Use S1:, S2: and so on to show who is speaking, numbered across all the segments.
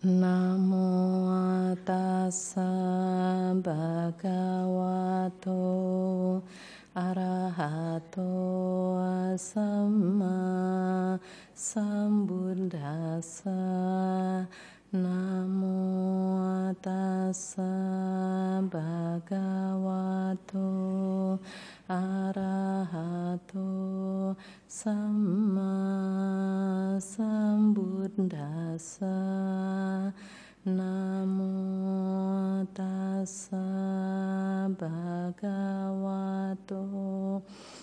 S1: Namo tassa bhagavato arahato samma sambuddhassa. Namo tassa bhagavato arahato samma sambuddhassa. Namo tassa bhagavato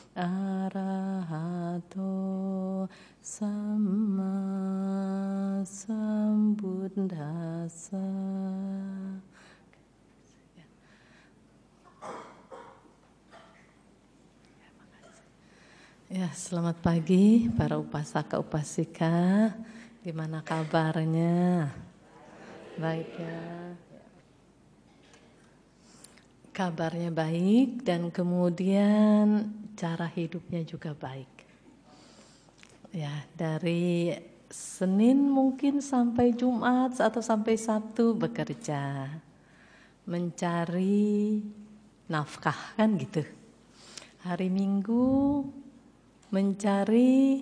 S1: arahato samma sambuddhassa. Ya, selamat pagi para upasaka upasika. Gimana kabarnya? Baik ya. Kabarnya baik dan kemudian cara hidupnya juga baik. Ya, dari Senin mungkin sampai Jumat atau sampai Sabtu bekerja. Mencari nafkah kan gitu. Hari Minggu mencari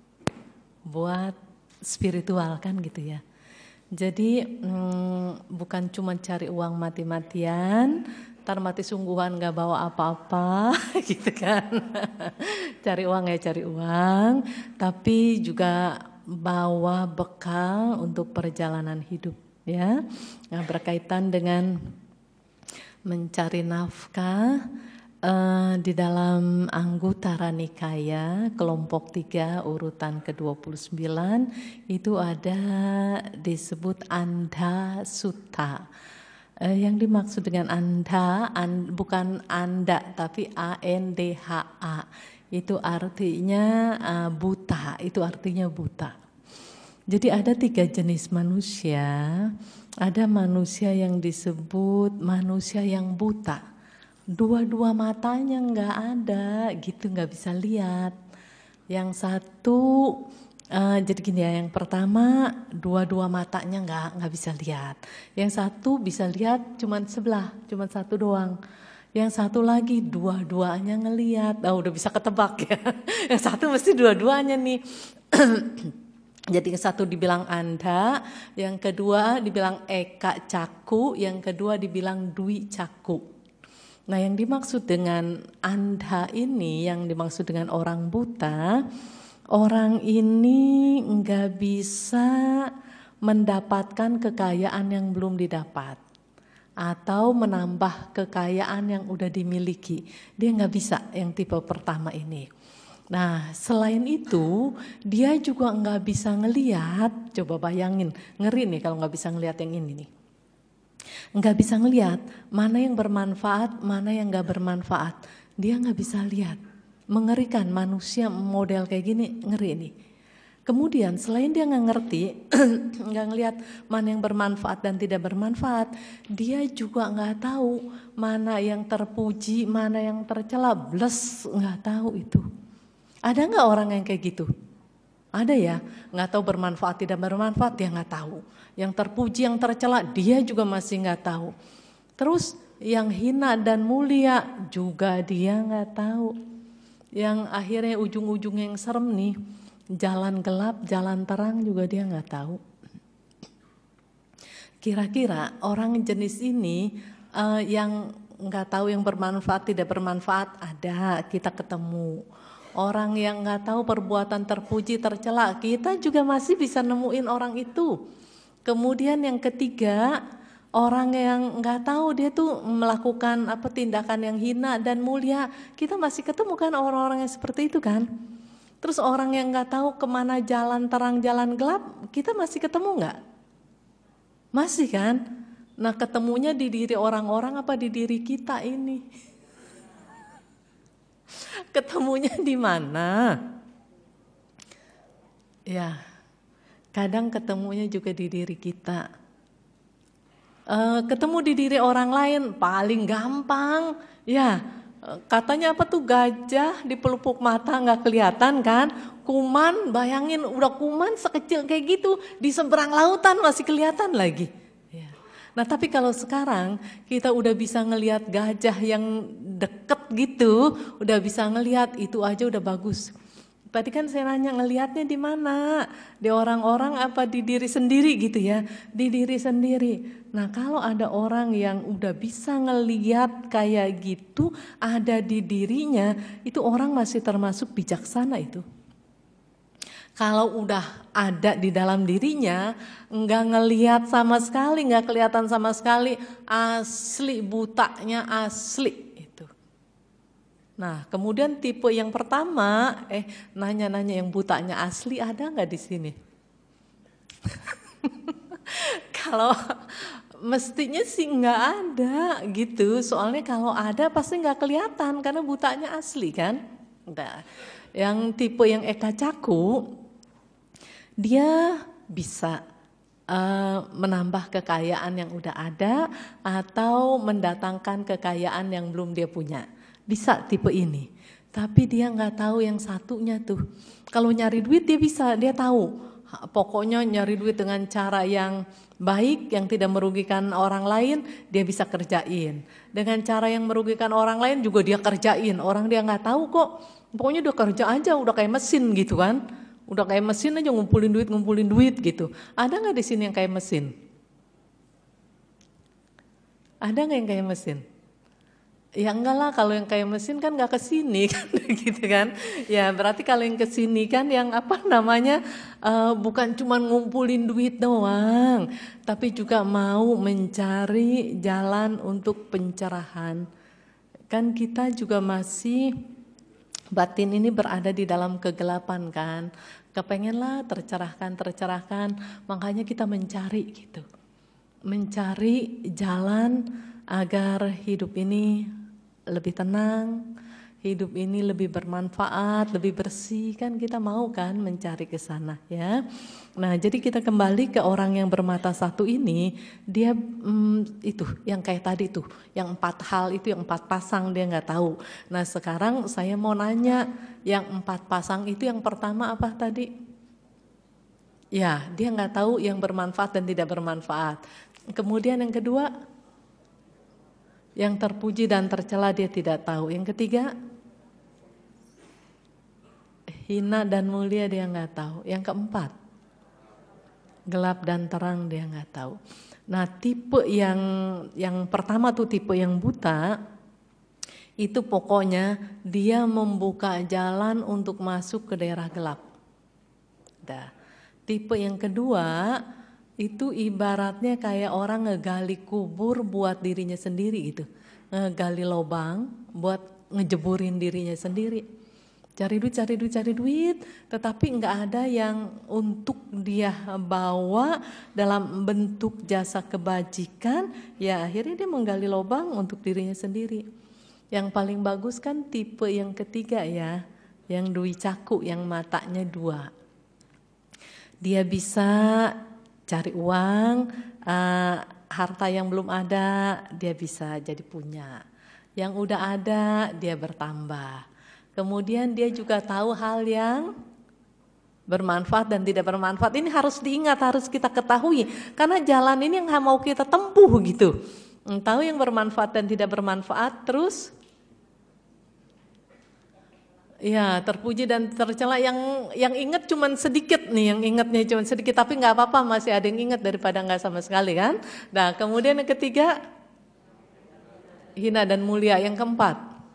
S1: buat spiritual kan gitu ya. Jadi bukan cuma cari uang mati-matian, ntar mati sungguhan gak bawa apa-apa gitu kan. Cari uang ya cari uang, tapi juga bawa bekal untuk perjalanan hidup ya. Nah, berkaitan dengan mencari nafkah. Di dalam Anguttara Nikaya kelompok 3 urutan ke-29 itu ada disebut Andha Sutta. Yang dimaksud dengan Andha bukan Anda tapi ANDHA. Itu artinya buta, itu artinya buta. Jadi ada 3 jenis manusia. Ada manusia yang disebut manusia yang buta. Dua-dua matanya nggak ada gitu, nggak bisa lihat. Yang satu jadi gini ya, yang pertama dua-dua matanya nggak bisa lihat. Yang satu bisa lihat cuman sebelah, cuman satu doang. Yang satu lagi dua-duanya ngelihat. Udah bisa ketebak ya. Yang satu mesti dua-duanya nih. Jadi yang satu dibilang Andha, yang kedua dibilang Eka Caku, yang kedua dibilang Dwi Caku. Nah, yang dimaksud dengan Andha ini, yang dimaksud dengan orang buta, orang ini nggak bisa mendapatkan kekayaan yang belum didapat atau menambah kekayaan yang udah dimiliki. Dia nggak bisa yang tipe pertama ini. Nah, selain itu dia juga nggak bisa ngelihat. Coba bayangin, ngeri nih kalau nggak bisa ngelihat yang ini nih. Nggak bisa ngelihat mana yang bermanfaat, mana yang nggak bermanfaat. Dia nggak bisa lihat. Mengerikan, manusia model kayak gini ngeri nih. Kemudian selain dia nggak ngerti, nggak ngelihat mana yang bermanfaat dan tidak bermanfaat, dia juga nggak tahu mana yang terpuji, mana yang tercela, bles nggak tahu itu. Ada nggak orang yang kayak gitu? Ada ya, nggak tahu bermanfaat tidak bermanfaat dia nggak tahu. Yang terpuji yang tercela dia juga masih nggak tahu. Terus yang hina dan mulia juga dia nggak tahu. Yang akhirnya ujung-ujungnya yang serem nih, jalan gelap, jalan terang juga dia nggak tahu. Kira-kira orang jenis ini yang nggak tahu yang bermanfaat tidak bermanfaat ada, kita ketemu. Orang yang nggak tahu perbuatan terpuji tercela, kita juga masih bisa nemuin orang itu. Kemudian yang ketiga, orang yang nggak tahu dia tuh melakukan tindakan yang hina dan mulia, kita masih ketemu kan orang-orang yang seperti itu kan. Terus orang yang nggak tahu kemana jalan terang jalan gelap, kita masih ketemu nggak? Masih kan? Nah, ketemunya di diri orang-orang apa di diri kita ini? Ketemunya di mana? Ya, kadang ketemunya juga di diri kita. Ketemu di diri orang lain paling gampang. Ya, Katanya apa tuh, gajah di pelupuk mata nggak kelihatan kan? Kuman, bayangin udah kuman sekecil kayak gitu di seberang lautan masih kelihatan lagi. Ya. Nah tapi kalau sekarang kita udah bisa ngelihat gajah yang deket gitu, udah bisa ngelihat, itu aja udah bagus. Tadi kan saya nanya ngelihatnya di mana? Di orang-orang apa di diri sendiri gitu ya? Di diri sendiri. Nah kalau ada orang yang udah bisa ngelihat kayak gitu ada di dirinya, itu orang masih termasuk bijaksana itu. Kalau udah ada di dalam dirinya, nggak ngelihat sama sekali, nggak kelihatan sama sekali, asli butanya asli. Nah, kemudian tipe yang pertama, nanya-nanya yang butanya asli ada nggak di sini? Kalau mestinya sih nggak ada gitu, soalnya kalau ada pasti nggak kelihatan karena butanya asli kan. Nah, yang tipe yang Eka Caku, dia bisa menambah kekayaan yang udah ada atau mendatangkan kekayaan yang belum dia punya. Bisa tipe ini, tapi dia nggak tahu yang satunya tuh. Kalau nyari duit dia bisa, dia tahu. Pokoknya nyari duit dengan cara yang baik, yang tidak merugikan orang lain, dia bisa kerjain. Dengan cara yang merugikan orang lain juga dia kerjain. Orang dia nggak tahu kok. Pokoknya udah kerja aja, udah kayak mesin gitu kan. Udah kayak mesin aja ngumpulin duit gitu. Ada nggak di sini yang kayak mesin? Ada nggak yang kayak mesin? Ya enggak lah, kalau yang kayak mesin kan nggak kesini kan gitu kan. Ya berarti kalau yang kesini kan yang apa namanya bukan cuma ngumpulin duit doang, tapi juga mau mencari jalan untuk pencerahan. Kan kita juga masih, batin ini berada di dalam kegelapan kan. Kepengenlah tercerahkan, makanya kita mencari gitu. Mencari jalan agar hidup ini lebih tenang, hidup ini lebih bermanfaat, lebih bersih, kan kita mau kan mencari ke sana ya. Nah jadi kita kembali ke orang yang bermata satu ini, dia itu yang kayak tadi tuh, yang 4 hal itu, yang 4 pasang dia nggak tahu. Nah sekarang saya mau nanya, yang 4 pasang itu yang pertama apa tadi? Ya dia nggak tahu yang bermanfaat dan tidak bermanfaat. Kemudian yang kedua, yang terpuji dan tercela dia tidak tahu. Yang ketiga, hina dan mulia dia nggak tahu. Yang keempat, gelap dan terang dia nggak tahu. Nah tipe yang pertama tuh tipe yang buta, itu pokoknya dia membuka jalan untuk masuk ke daerah gelap. Nah, tipe yang kedua itu ibaratnya kayak orang ngegali kubur buat dirinya sendiri gitu. Ngegali lubang buat ngejeburin dirinya sendiri. Cari duit, tetapi nggak ada yang untuk dia bawa dalam bentuk jasa kebajikan, ya akhirnya dia menggali lubang untuk dirinya sendiri. Yang paling bagus kan tipe yang ketiga ya, yang Dwi Caku, yang matanya 2. Dia bisa cari uang, harta yang belum ada dia bisa jadi punya. Yang udah ada dia bertambah. Kemudian dia juga tahu hal yang bermanfaat dan tidak bermanfaat. Ini harus diingat, harus kita ketahui. Karena jalan ini yang mau kita tempuh gitu. Tahu yang bermanfaat dan tidak bermanfaat, terus ya terpuji dan tercela. Yang ingat cuman sedikit nih, yang ingatnya cuman sedikit, tapi nggak apa-apa, masih ada yang ingat daripada nggak sama sekali kan. Nah kemudian yang ketiga, hina dan mulia. Yang keempat,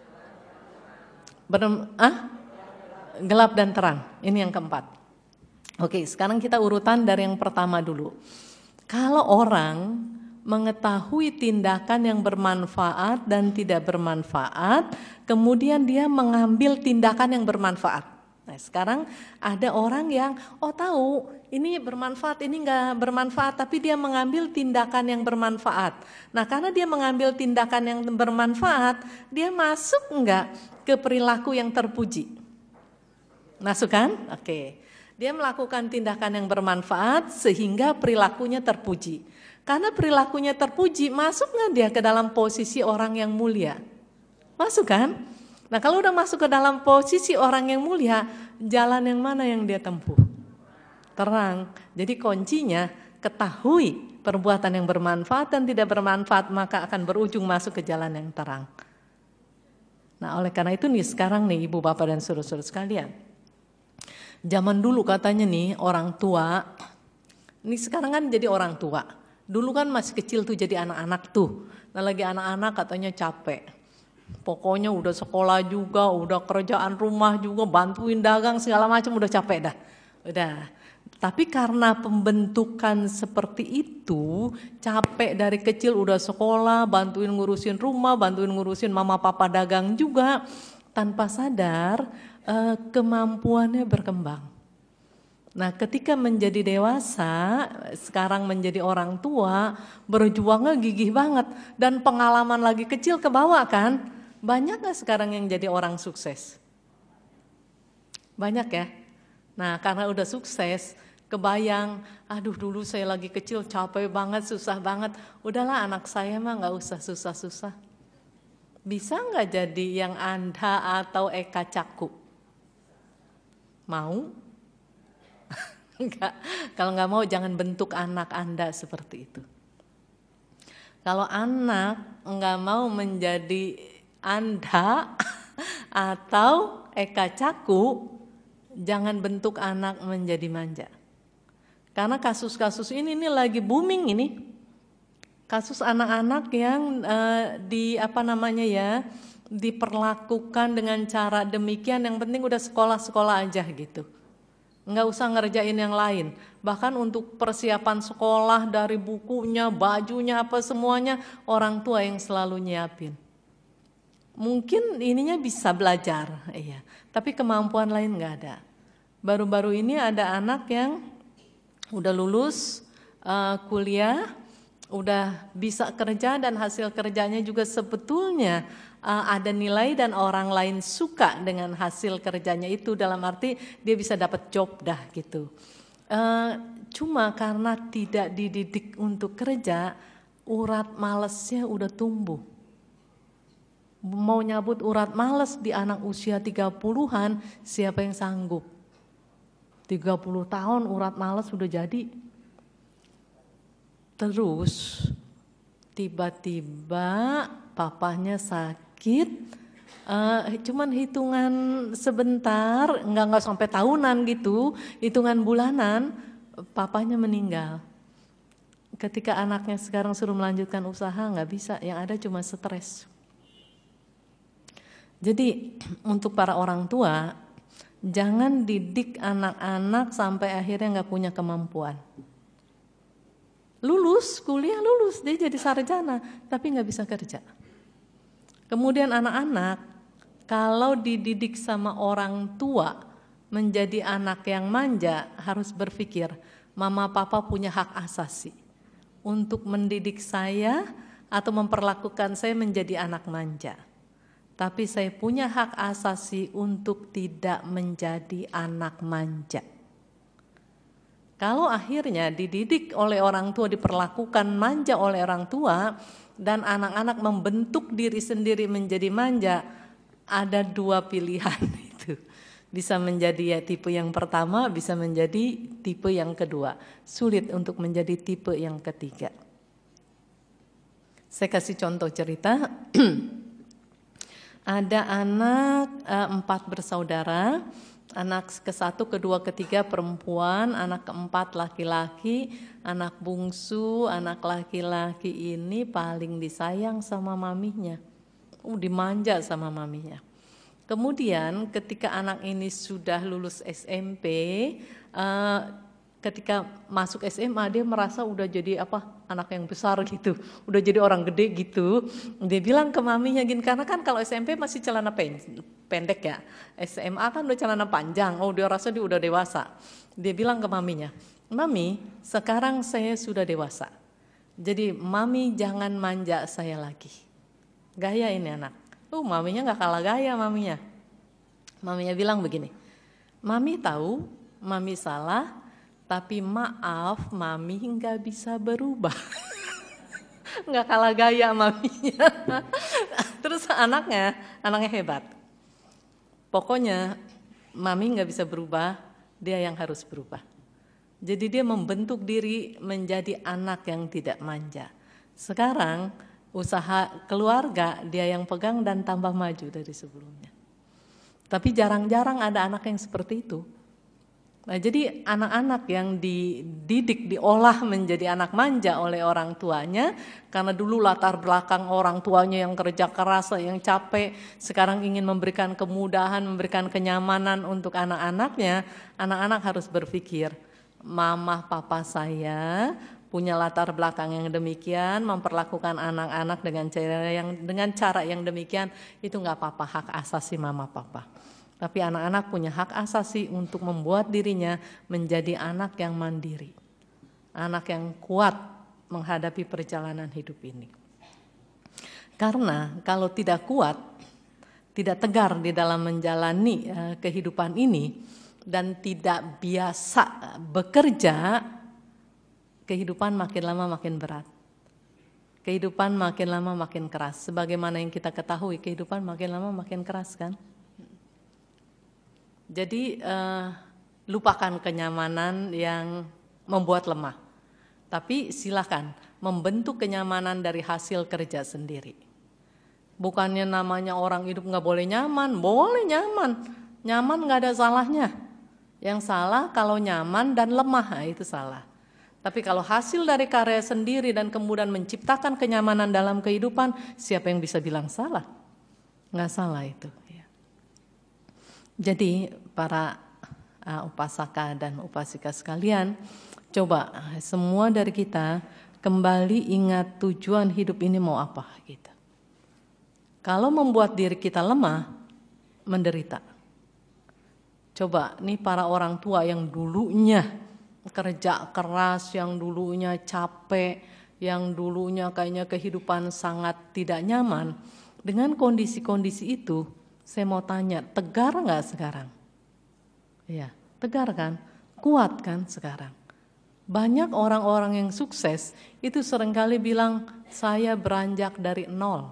S1: gelap dan terang. Ini yang keempat. Oke, sekarang kita urutan dari yang pertama dulu. Kalau orang mengetahui tindakan yang bermanfaat dan tidak bermanfaat, kemudian dia mengambil tindakan yang bermanfaat. Nah sekarang ada orang yang tahu ini bermanfaat, ini enggak bermanfaat, tapi dia mengambil tindakan yang bermanfaat. Nah karena dia mengambil tindakan yang bermanfaat, dia masuk enggak ke perilaku yang terpuji? Masuk kan? Oke. Dia melakukan tindakan yang bermanfaat sehingga perilakunya terpuji. Karena perilakunya terpuji, masuk nggak dia ke dalam posisi orang yang mulia? Masuk kan? Nah kalau udah masuk ke dalam posisi orang yang mulia, jalan yang mana yang dia tempuh? Terang. Jadi kuncinya ketahui perbuatan yang bermanfaat dan tidak bermanfaat, maka akan berujung masuk ke jalan yang terang. Nah oleh karena itu nih sekarang nih ibu bapak dan saudara-saudara sekalian, zaman dulu katanya nih orang tua, ini sekarang kan jadi orang tua. Dulu kan masih kecil tuh jadi anak-anak tuh. Nah lagi anak-anak katanya capek. Pokoknya udah sekolah juga, udah kerjaan rumah juga, bantuin dagang segala macam, udah capek dah. Udah. Tapi karena pembentukan seperti itu, capek dari kecil udah sekolah, bantuin ngurusin rumah, bantuin ngurusin mama papa dagang juga, tanpa sadar kemampuannya berkembang. Nah ketika menjadi dewasa, sekarang menjadi orang tua, berjuangnya gigih banget. Dan pengalaman lagi kecil kebawa kan? Banyak gak sekarang yang jadi orang sukses? Banyak ya? Nah karena udah sukses, kebayang, aduh dulu saya lagi kecil capek banget, susah banget. Udahlah anak saya mah gak usah susah-susah. Bisa gak jadi yang Anda atau Eka Caku? Mau? Enggak. Kalau nggak mau jangan bentuk anak Anda seperti itu. Kalau anak nggak mau menjadi Anda atau Eka Caku, jangan bentuk anak menjadi manja. Karena kasus-kasus ini lagi booming ini. Kasus anak-anak yang diperlakukan dengan cara demikian, yang penting udah sekolah-sekolah aja gitu. Nggak usah ngerjain yang lain. Bahkan untuk persiapan sekolah dari bukunya, bajunya, apa semuanya orang tua yang selalu nyiapin. Mungkin ininya bisa belajar, iya. Tapi kemampuan lain nggak ada. Baru-baru ini ada anak yang udah lulus kuliah, udah bisa kerja dan hasil kerjanya juga sebetulnya ada nilai dan orang lain suka dengan hasil kerjanya itu, dalam arti dia bisa dapat job dah gitu. Cuma karena tidak dididik untuk kerja, urat malesnya udah tumbuh. Mau nyabut urat males di anak usia 30-an, siapa yang sanggup? 30 tahun urat males udah jadi. Terus tiba-tiba papahnya sakit, cuman hitungan sebentar, enggak sampai tahunan gitu, hitungan bulanan, papahnya meninggal. Ketika anaknya sekarang suruh melanjutkan usaha nggak bisa, yang ada cuma stres. Jadi untuk para orang tua, jangan didik anak-anak sampai akhirnya nggak punya kemampuan. Lulus, kuliah lulus, dia jadi sarjana, tapi nggak bisa kerja. Kemudian anak-anak, kalau dididik sama orang tua menjadi anak yang manja, harus berpikir, mama papa punya hak asasi untuk mendidik saya atau memperlakukan saya menjadi anak manja. Tapi saya punya hak asasi untuk tidak menjadi anak manja. Kalau akhirnya dididik oleh orang tua, diperlakukan manja oleh orang tua, dan anak-anak membentuk diri sendiri menjadi manja, ada dua pilihan itu. Bisa menjadi ya tipe yang pertama, bisa menjadi tipe yang kedua. Sulit untuk menjadi tipe yang ketiga. Saya kasih contoh cerita. Ada anak 4 bersaudara. Anak ke-1, kedua, ketiga perempuan, anak ke-4 laki-laki, anak bungsu, anak laki-laki ini paling disayang sama maminya. Dimanja sama maminya. Kemudian ketika anak ini sudah lulus SMP, ketika masuk SMA dia merasa udah jadi anak yang besar gitu, udah jadi orang gede gitu. Dia bilang ke maminya gini, karena kan kalau SMP masih celana pendek ya, SMA kan udah celana panjang. Dia rasa dia udah dewasa. Dia bilang ke maminya, mami sekarang saya sudah dewasa, jadi mami jangan manja saya lagi. Gaya ini anak. Maminya gak kalah gaya maminya. Maminya bilang begini, mami tahu mami salah, tapi maaf mami gak bisa berubah. Gak kalah gaya maminya. Terus anaknya hebat. Pokoknya mami nggak bisa berubah, dia yang harus berubah. Jadi dia membentuk diri menjadi anak yang tidak manja. Sekarang usaha keluarga dia yang pegang dan tambah maju dari sebelumnya. Tapi jarang-jarang ada anak yang seperti itu. Nah, jadi anak-anak yang dididik, diolah menjadi anak manja oleh orang tuanya, karena dulu latar belakang orang tuanya yang kerja keras, yang capek, sekarang ingin memberikan kemudahan, memberikan kenyamanan untuk anak-anaknya, anak-anak harus berpikir, mama papa saya punya latar belakang yang demikian, memperlakukan anak-anak dengan cara yang demikian, itu nggak apa-apa, hak asasi mama papa. Tapi anak-anak punya hak asasi untuk membuat dirinya menjadi anak yang mandiri, anak yang kuat menghadapi perjalanan hidup ini. Karena kalau tidak kuat, tidak tegar di dalam menjalani kehidupan ini, dan tidak biasa bekerja, kehidupan makin lama makin berat. Kehidupan makin lama makin keras. Sebagaimana yang kita ketahui, kehidupan makin lama makin keras kan. Jadi lupakan kenyamanan yang membuat lemah. Tapi silakan membentuk kenyamanan dari hasil kerja sendiri. Bukannya namanya orang hidup nggak boleh nyaman, boleh nyaman. Nyaman nggak ada salahnya. Yang salah kalau nyaman dan lemah, itu salah. Tapi kalau hasil dari karya sendiri dan kemudian menciptakan kenyamanan dalam kehidupan, siapa yang bisa bilang salah? Nggak salah itu. Jadi para upasaka dan upasika sekalian, coba semua dari kita kembali ingat tujuan hidup ini mau apa gitu. Kalau membuat diri kita lemah, menderita. Coba nih para orang tua yang dulunya kerja keras, yang dulunya capek, yang dulunya kayaknya kehidupan sangat tidak nyaman, dengan kondisi-kondisi itu, saya mau tanya, tegar nggak sekarang? Ya, tegar kan? Kuat kan sekarang? Banyak orang-orang yang sukses itu seringkali bilang, saya beranjak dari nol.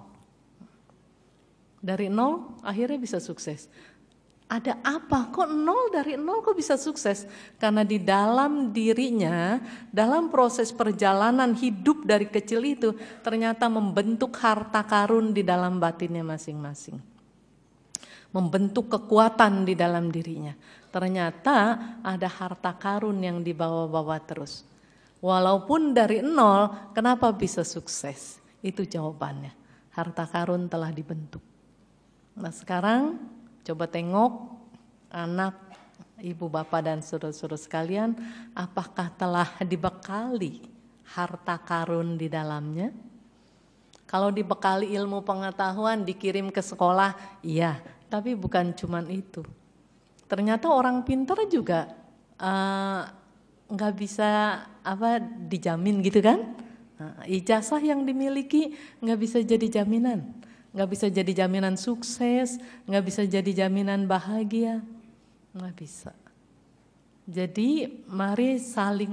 S1: Dari nol akhirnya bisa sukses. Ada apa? Kok nol, dari nol kok bisa sukses? Karena di dalam dirinya, dalam proses perjalanan hidup dari kecil itu, ternyata membentuk harta karun di dalam batinnya masing-masing. Membentuk kekuatan di dalam dirinya. Ternyata ada harta karun yang dibawa-bawa terus. Walaupun dari nol, kenapa bisa sukses? Itu jawabannya. Harta karun telah dibentuk. Nah sekarang coba tengok anak, ibu, bapak dan saudara-saudara sekalian, apakah telah dibekali harta karun di dalamnya? Kalau dibekali ilmu pengetahuan, dikirim ke sekolah, iya. Tapi bukan cuman itu. Ternyata orang pintar juga nggak bisa dijamin gitu kan? Nah, ijazah yang dimiliki nggak bisa jadi jaminan, nggak bisa jadi jaminan sukses, nggak bisa jadi jaminan bahagia, nggak bisa. Jadi mari saling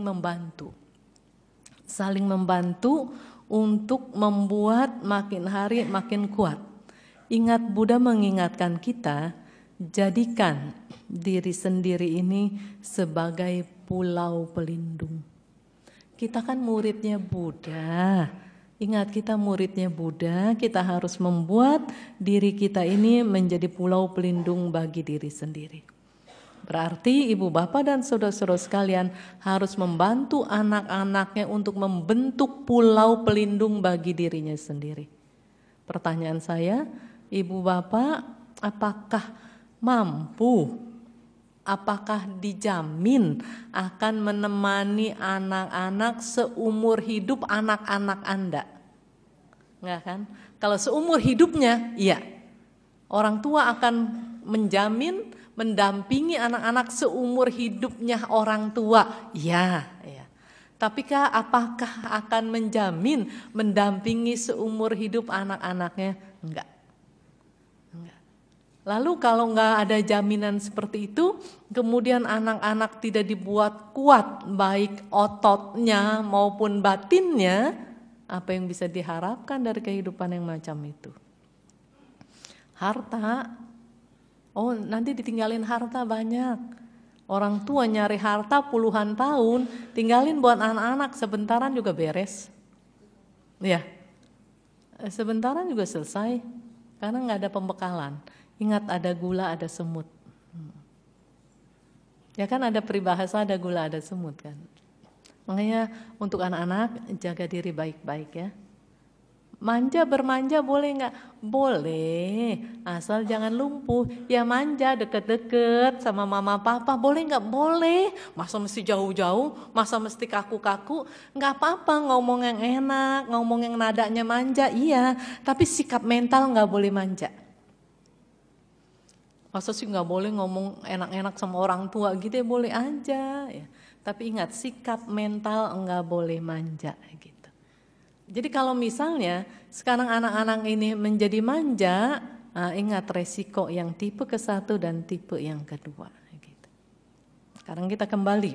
S1: membantu untuk membuat makin hari makin kuat. Ingat, Buddha mengingatkan kita, jadikan diri sendiri ini sebagai pulau pelindung. Kita kan muridnya Buddha. Ingat, kita muridnya Buddha, kita harus membuat diri kita ini menjadi pulau pelindung bagi diri sendiri. Berarti ibu bapak dan saudara-saudara sekalian harus membantu anak-anaknya untuk membentuk pulau pelindung bagi dirinya sendiri. Pertanyaan saya, ibu bapak, apakah mampu, apakah dijamin akan menemani anak-anak seumur hidup anak-anak Anda? Enggak kan? Kalau seumur hidupnya, iya. Orang tua akan menjamin, mendampingi anak-anak seumur hidupnya orang tua. Iya. Tapi apakah akan menjamin mendampingi seumur hidup anak-anaknya? Enggak. Lalu kalau enggak ada jaminan seperti itu, kemudian anak-anak tidak dibuat kuat baik ototnya maupun batinnya, apa yang bisa diharapkan dari kehidupan yang macam itu? Harta, oh nanti ditinggalin harta banyak. Orang tua nyari harta puluhan tahun, tinggalin buat anak-anak sebentaran juga beres. Ya, sebentaran juga selesai, karena nggak ada pembekalan. Ingat ada gula, ada semut. Ya kan ada peribahasa ada gula, ada semut kan. Makanya untuk anak-anak jaga diri baik-baik ya. Manja bermanja boleh nggak? Boleh, asal jangan lumpuh. Ya manja deket-deket sama mama papa boleh nggak? Boleh. Masa mesti jauh-jauh? Masa mesti kaku-kaku? Nggak apa-apa ngomong yang enak, ngomong yang nadanya manja, iya. Tapi sikap mental nggak boleh manja. Masa sih nggak boleh ngomong enak-enak sama orang tua gitu ya, boleh aja. Ya. Tapi ingat sikap mental nggak boleh manja gitu. Jadi kalau misalnya sekarang anak-anak ini menjadi manja, ingat resiko yang tipe ke-1 dan tipe yang kedua. Gitu. Sekarang kita kembali.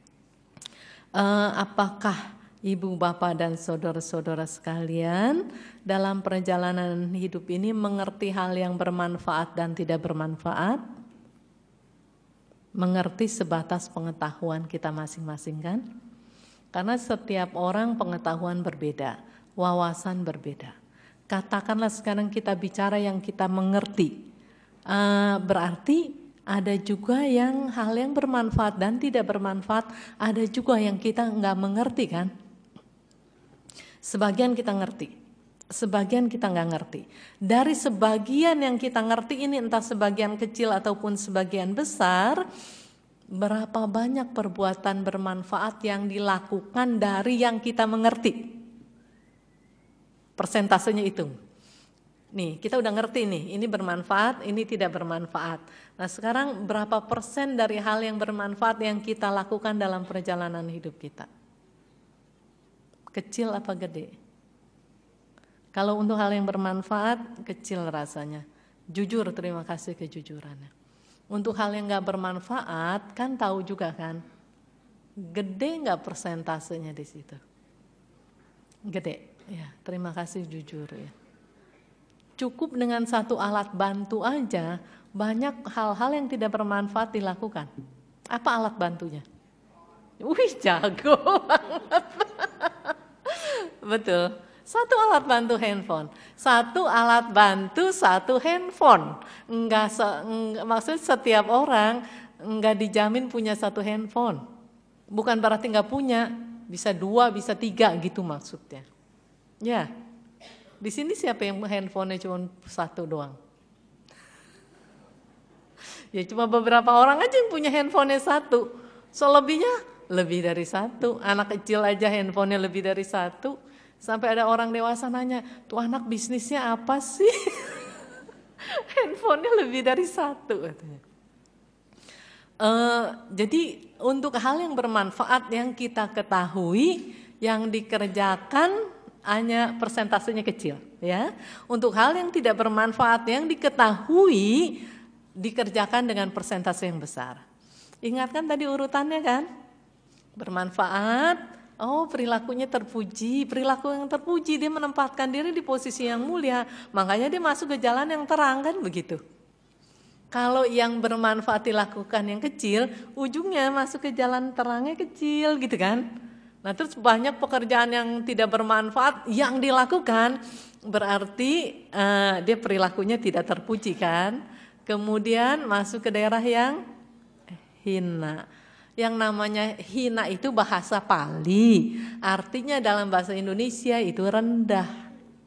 S1: Apakah ibu, bapak, dan saudara-saudara sekalian dalam perjalanan hidup ini mengerti hal yang bermanfaat dan tidak bermanfaat? Mengerti sebatas pengetahuan kita masing-masing kan? Karena setiap orang pengetahuan berbeda, wawasan berbeda. Katakanlah sekarang kita bicara yang kita mengerti, berarti ada juga yang hal yang bermanfaat dan tidak bermanfaat, ada juga yang kita nggak mengerti kan? Sebagian kita ngerti, sebagian kita nggak ngerti. Dari sebagian yang kita ngerti ini entah sebagian kecil ataupun sebagian besar, berapa banyak perbuatan bermanfaat yang dilakukan dari yang kita mengerti? Persentasenya hitung. Nih, kita udah ngerti nih, ini bermanfaat, ini tidak bermanfaat. Nah, sekarang berapa persen dari hal yang bermanfaat yang kita lakukan dalam perjalanan hidup kita? Kecil apa gede? Kalau untuk hal yang bermanfaat, kecil rasanya. Jujur, terima kasih kejujurannya. Untuk hal yang gak bermanfaat, kan tahu juga kan, gede gak persentasenya di situ? Gede, ya. Terima kasih jujur ya. Cukup dengan satu alat bantu aja, banyak hal-hal yang tidak bermanfaat dilakukan. Apa alat bantunya? Wih, jago banget. Betul. Satu alat bantu handphone, satu alat bantu satu handphone. Maksudnya setiap orang enggak dijamin punya satu handphone. Bukan berarti enggak punya, bisa 2, bisa 3 gitu maksudnya. Ya, di sini siapa yang handphonenya cuma 1 doang? Ya cuma beberapa orang aja yang punya handphonenya 1. Selebihnya lebih dari 1. Anak kecil aja handphonenya lebih dari 1. Sampai ada orang dewasa nanya, tuh anak bisnisnya apa sih? Handphonenya lebih dari 1 katanya. Jadi untuk hal yang bermanfaat yang kita ketahui, yang dikerjakan hanya persentasenya kecil. Ya. Untuk hal yang tidak bermanfaat yang diketahui, dikerjakan dengan persentase yang besar. Ingatkan tadi urutannya kan? Bermanfaat, oh perilakunya terpuji, perilaku yang terpuji dia menempatkan diri di posisi yang mulia, makanya dia masuk ke jalan yang terang kan begitu. Kalau yang bermanfaat dilakukan yang kecil, ujungnya masuk ke jalan terangnya kecil gitu kan. Nah terus banyak pekerjaan yang tidak bermanfaat yang dilakukan, berarti dia perilakunya tidak terpuji kan. Kemudian masuk ke daerah yang hina. Yang namanya hina itu bahasa Pali, artinya dalam bahasa Indonesia itu rendah.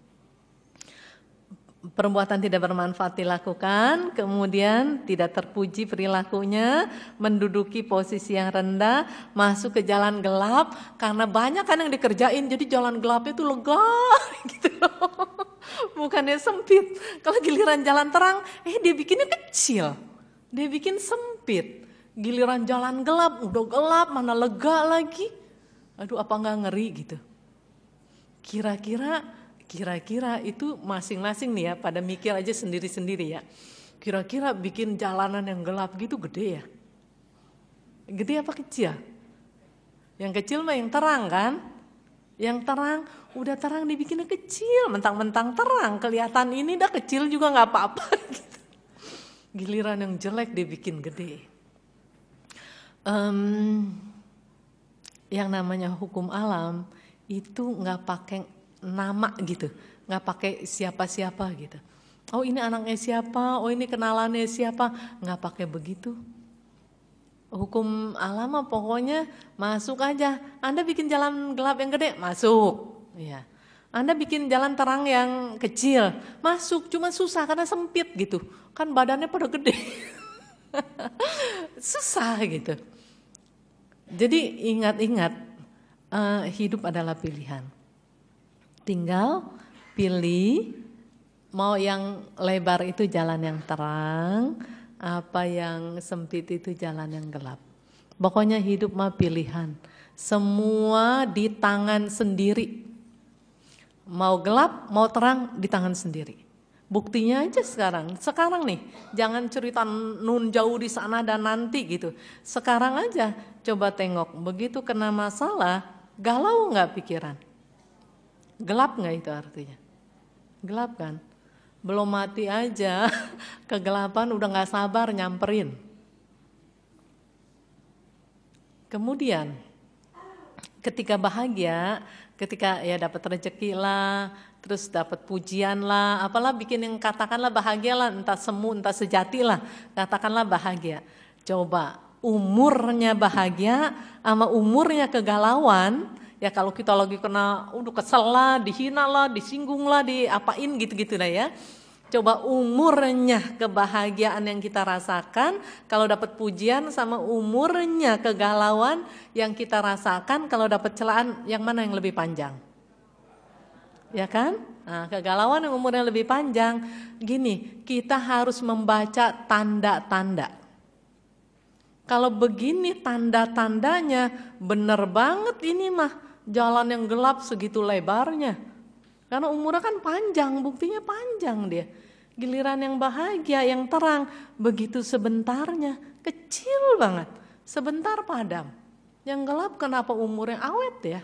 S1: Perbuatan tidak bermanfaat dilakukan, kemudian tidak terpuji perilakunya, menduduki posisi yang rendah, masuk ke jalan gelap, karena banyak kan yang dikerjain, jadi jalan gelapnya itu lega gitu loh. Bukannya sempit. Kalau giliran jalan terang, dia bikinnya kecil, dia bikin sempit. Giliran jalan gelap, udah gelap, mana lega lagi. Aduh apa gak ngeri gitu. Kira-kira itu masing-masing nih ya, pada mikir aja sendiri-sendiri ya. Kira-kira bikin jalanan yang gelap gitu gede ya? Gede apa kecil? Yang kecil mah yang terang kan? Yang terang, udah terang dibikinnya kecil, mentang-mentang terang, kelihatan ini dah kecil juga nggak apa-apa. Gitu. Giliran yang jelek dibikin gede. Yang namanya hukum alam itu nggak pakai nama gitu, nggak pakai siapa-siapa gitu. Oh ini anaknya siapa, oh ini kenalannya siapa, nggak pakai begitu. Hukum alam mah pokoknya masuk aja. Anda bikin jalan gelap yang gede, masuk. Ya. Anda bikin jalan terang yang kecil, masuk. Cuma susah karena sempit gitu. Kan badannya pada gede. Susah gitu. Jadi ingat-ingat, hidup adalah pilihan. Tinggal pilih mau yang lebar itu jalan yang terang, apa yang sempit itu jalan yang gelap. Pokoknya hidup mah pilihan. Semua di tangan sendiri. Mau gelap, mau terang di tangan sendiri. Buktinya aja sekarang. Sekarang nih, jangan cerita nun jauh di sana dan nanti gitu. Sekarang aja coba tengok. Begitu kena masalah, galau nggak pikiran? Gelap nggak itu artinya? Gelap kan? Belum mati aja, kegelapan udah gak sabar nyamperin. Kemudian, ketika bahagia, ketika ya dapat rezeki lah, terus dapat pujian lah, apalah bikin yang katakanlah bahagia lah, entah semu, entah sejati lah, katakanlah bahagia. Coba umurnya bahagia sama umurnya kegalauan, ya kalau kita lagi kena kesel lah, dihina lah, disinggung lah, diapain gitu-gitu lah ya. Coba umurnya kebahagiaan yang kita rasakan kalau dapat pujian sama umurnya kegalauan yang kita rasakan kalau dapat celaan, yang mana yang lebih panjang? Ya kan? Nah, kegalauan yang umurnya lebih panjang. Gini, kita harus membaca tanda-tanda. Kalau begini tanda-tandanya, bener banget ini mah jalan yang gelap segitu lebarnya. Karena umurnya kan panjang, buktinya panjang dia. Giliran yang bahagia, yang terang, begitu sebentarnya, kecil banget. Sebentar padam. Yang gelap kenapa umurnya awet ya?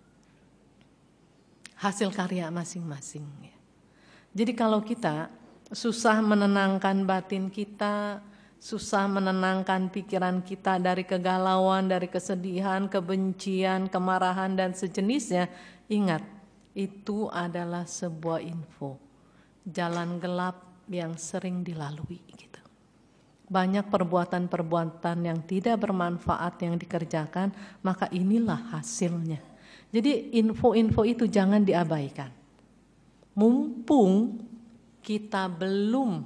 S1: Hasil karya masing-masing. Jadi kalau kita susah menenangkan batin kita, susah menenangkan pikiran kita dari kegalauan, dari kesedihan, kebencian, kemarahan dan sejenisnya, ingat, itu adalah sebuah info, jalan gelap yang sering dilalui gitu. Banyak perbuatan-perbuatan yang tidak bermanfaat yang dikerjakan, maka inilah hasilnya. Jadi info-info itu jangan diabaikan. Mumpung kita belum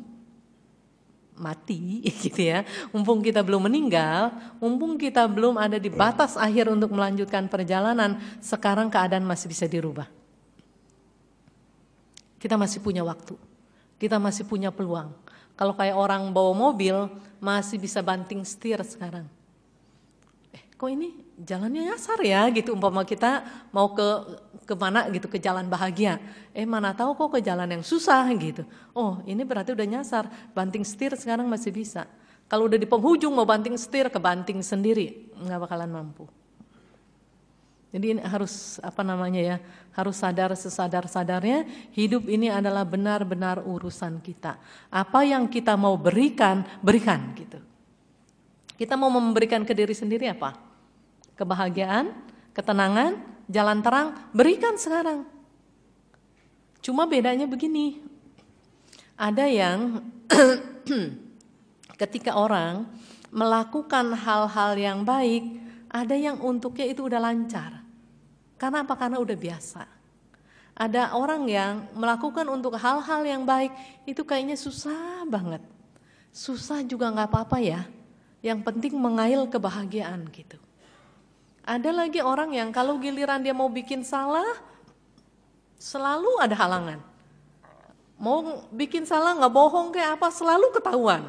S1: mati gitu ya, mumpung kita belum meninggal, mumpung kita belum ada di batas akhir untuk melanjutkan perjalanan, sekarang keadaan masih bisa dirubah. Kita masih punya waktu, kita masih punya peluang. Kalau kayak orang bawa mobil, masih bisa banting setir sekarang. Kok ini jalannya nyasar ya gitu, umpama kita mau ke mana gitu, ke jalan bahagia. Mana tahu kok ke jalan yang susah gitu. Oh ini berarti udah nyasar, banting setir sekarang masih bisa. Kalau udah di penghujung mau banting setir, kebanting sendiri, nggak bakalan mampu. Jadi ini harus harus sadar sesadar-sadarnya, hidup ini adalah benar-benar urusan kita. Apa yang kita mau berikan, berikan gitu. Kita mau memberikan ke diri sendiri apa? Kebahagiaan, ketenangan, jalan terang, berikan sekarang. Cuma bedanya begini, ada yang ketika orang melakukan hal-hal yang baik, ada yang untuknya itu udah lancar. Karena apa? Karena udah biasa. Ada orang yang melakukan untuk hal-hal yang baik itu kayaknya susah banget. Susah juga gak apa-apa ya. Yang penting mengail kebahagiaan gitu. Ada lagi orang yang kalau giliran dia mau bikin salah, selalu ada halangan. Mau bikin salah gak bohong kayak apa, selalu ketahuan.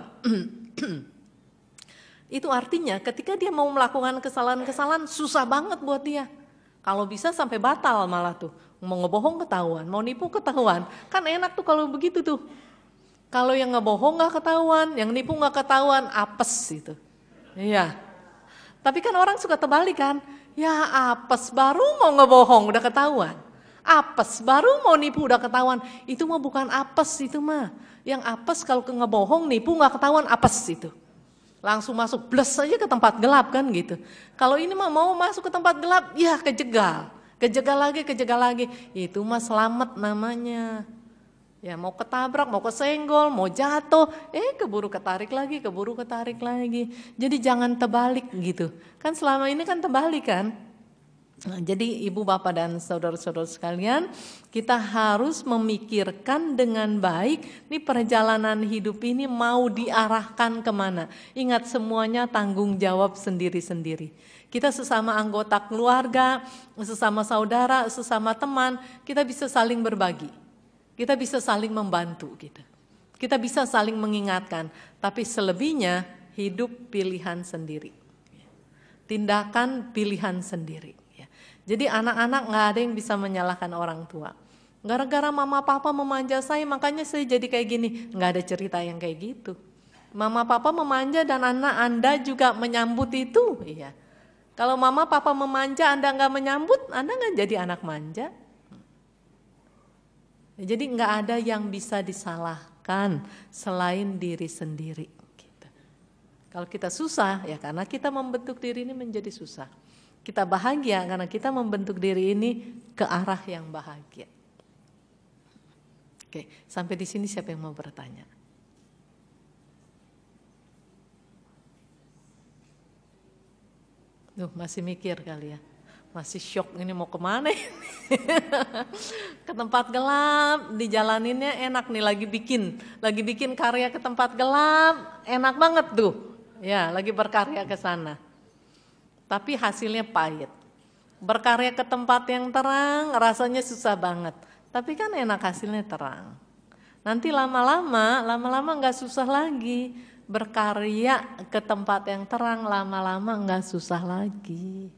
S1: Itu artinya ketika dia mau melakukan kesalahan-kesalahan susah banget buat dia. Kalau bisa sampai batal malah tuh. Mau ngebohong ketahuan, mau nipu ketahuan. Kan enak tuh kalau begitu tuh. Kalau yang ngebohong gak ketahuan, yang nipu gak ketahuan, apes gitu. Iya. Tapi kan orang suka terbalik kan. Ya apes baru mau ngebohong udah ketahuan. Apes baru mau nipu udah ketahuan. Itu mah bukan apes itu mah. Yang apes kalau ngebohong nipu nggak ketahuan apes itu. Langsung masuk bles aja ke tempat gelap kan gitu. Kalau ini mah mau masuk ke tempat gelap ya kejegal. Kejegal lagi. Itu mah selamat namanya. Ya mau ketabrak, mau kesenggol, mau jatuh, keburu ketarik lagi. Jadi jangan terbalik gitu. Kan selama ini kan terbalik kan. Nah, jadi ibu bapak dan saudara-saudara sekalian, kita harus memikirkan dengan baik nih perjalanan hidup ini mau diarahkan kemana. Ingat semuanya tanggung jawab sendiri-sendiri. Kita sesama anggota keluarga, sesama saudara, sesama teman, kita bisa saling berbagi. Kita bisa saling membantu gitu. Kita bisa saling mengingatkan, tapi selebihnya hidup pilihan sendiri. Tindakan pilihan sendiri. Jadi anak-anak gak ada yang bisa menyalahkan orang tua. Gara-gara mama papa memanja saya makanya saya jadi kayak gini. Gak ada cerita yang kayak gitu. Mama papa memanja dan anak Anda juga menyambut itu. Iya. Kalau mama papa memanja Anda gak menyambut, Anda gak jadi anak manja. Jadi gak ada yang bisa disalahkan selain diri sendiri. Gitu. Kalau kita susah ya karena kita membentuk diri ini menjadi susah. Kita bahagia karena kita membentuk diri ini ke arah yang bahagia. Oke, sampai di sini siapa yang mau bertanya? Masih mikir kali ya. Masih shock ini mau kemana ini? Ke tempat gelap, dijalaninnya enak nih lagi bikin karya ke tempat gelap, enak banget tuh. Ya, lagi berkarya ke sana. Tapi hasilnya pahit. Berkarya ke tempat yang terang rasanya susah banget. Tapi kan enak hasilnya terang. Nanti lama-lama gak susah lagi. Berkarya ke tempat yang terang lama-lama gak susah lagi.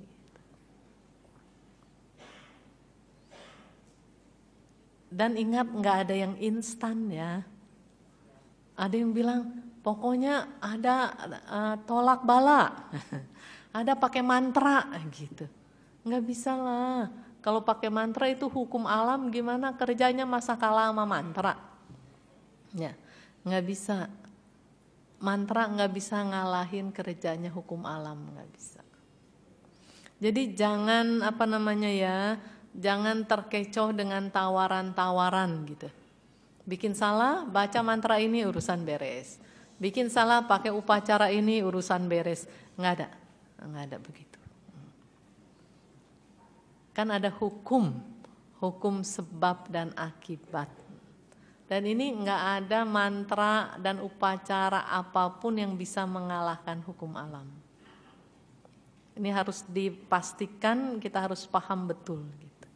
S1: Dan ingat gak ada yang instan ya. Ada yang bilang pokoknya ada tolak bala. Ada pakai mantra gitu. Nggak bisa lah. Kalau pakai mantra itu hukum alam gimana kerjanya masa kalah sama mantra. Ya, nggak bisa. Mantra nggak bisa ngalahin kerjanya hukum alam, nggak bisa. Jadi jangan jangan terkecoh dengan tawaran-tawaran gitu. Bikin salah, baca mantra ini urusan beres. Bikin salah pakai upacara ini urusan beres. Nggak ada begitu. Kan ada hukum sebab dan akibat. Dan ini nggak ada mantra dan upacara apapun yang bisa mengalahkan hukum alam. Ini harus dipastikan, kita harus paham betul. Gitu.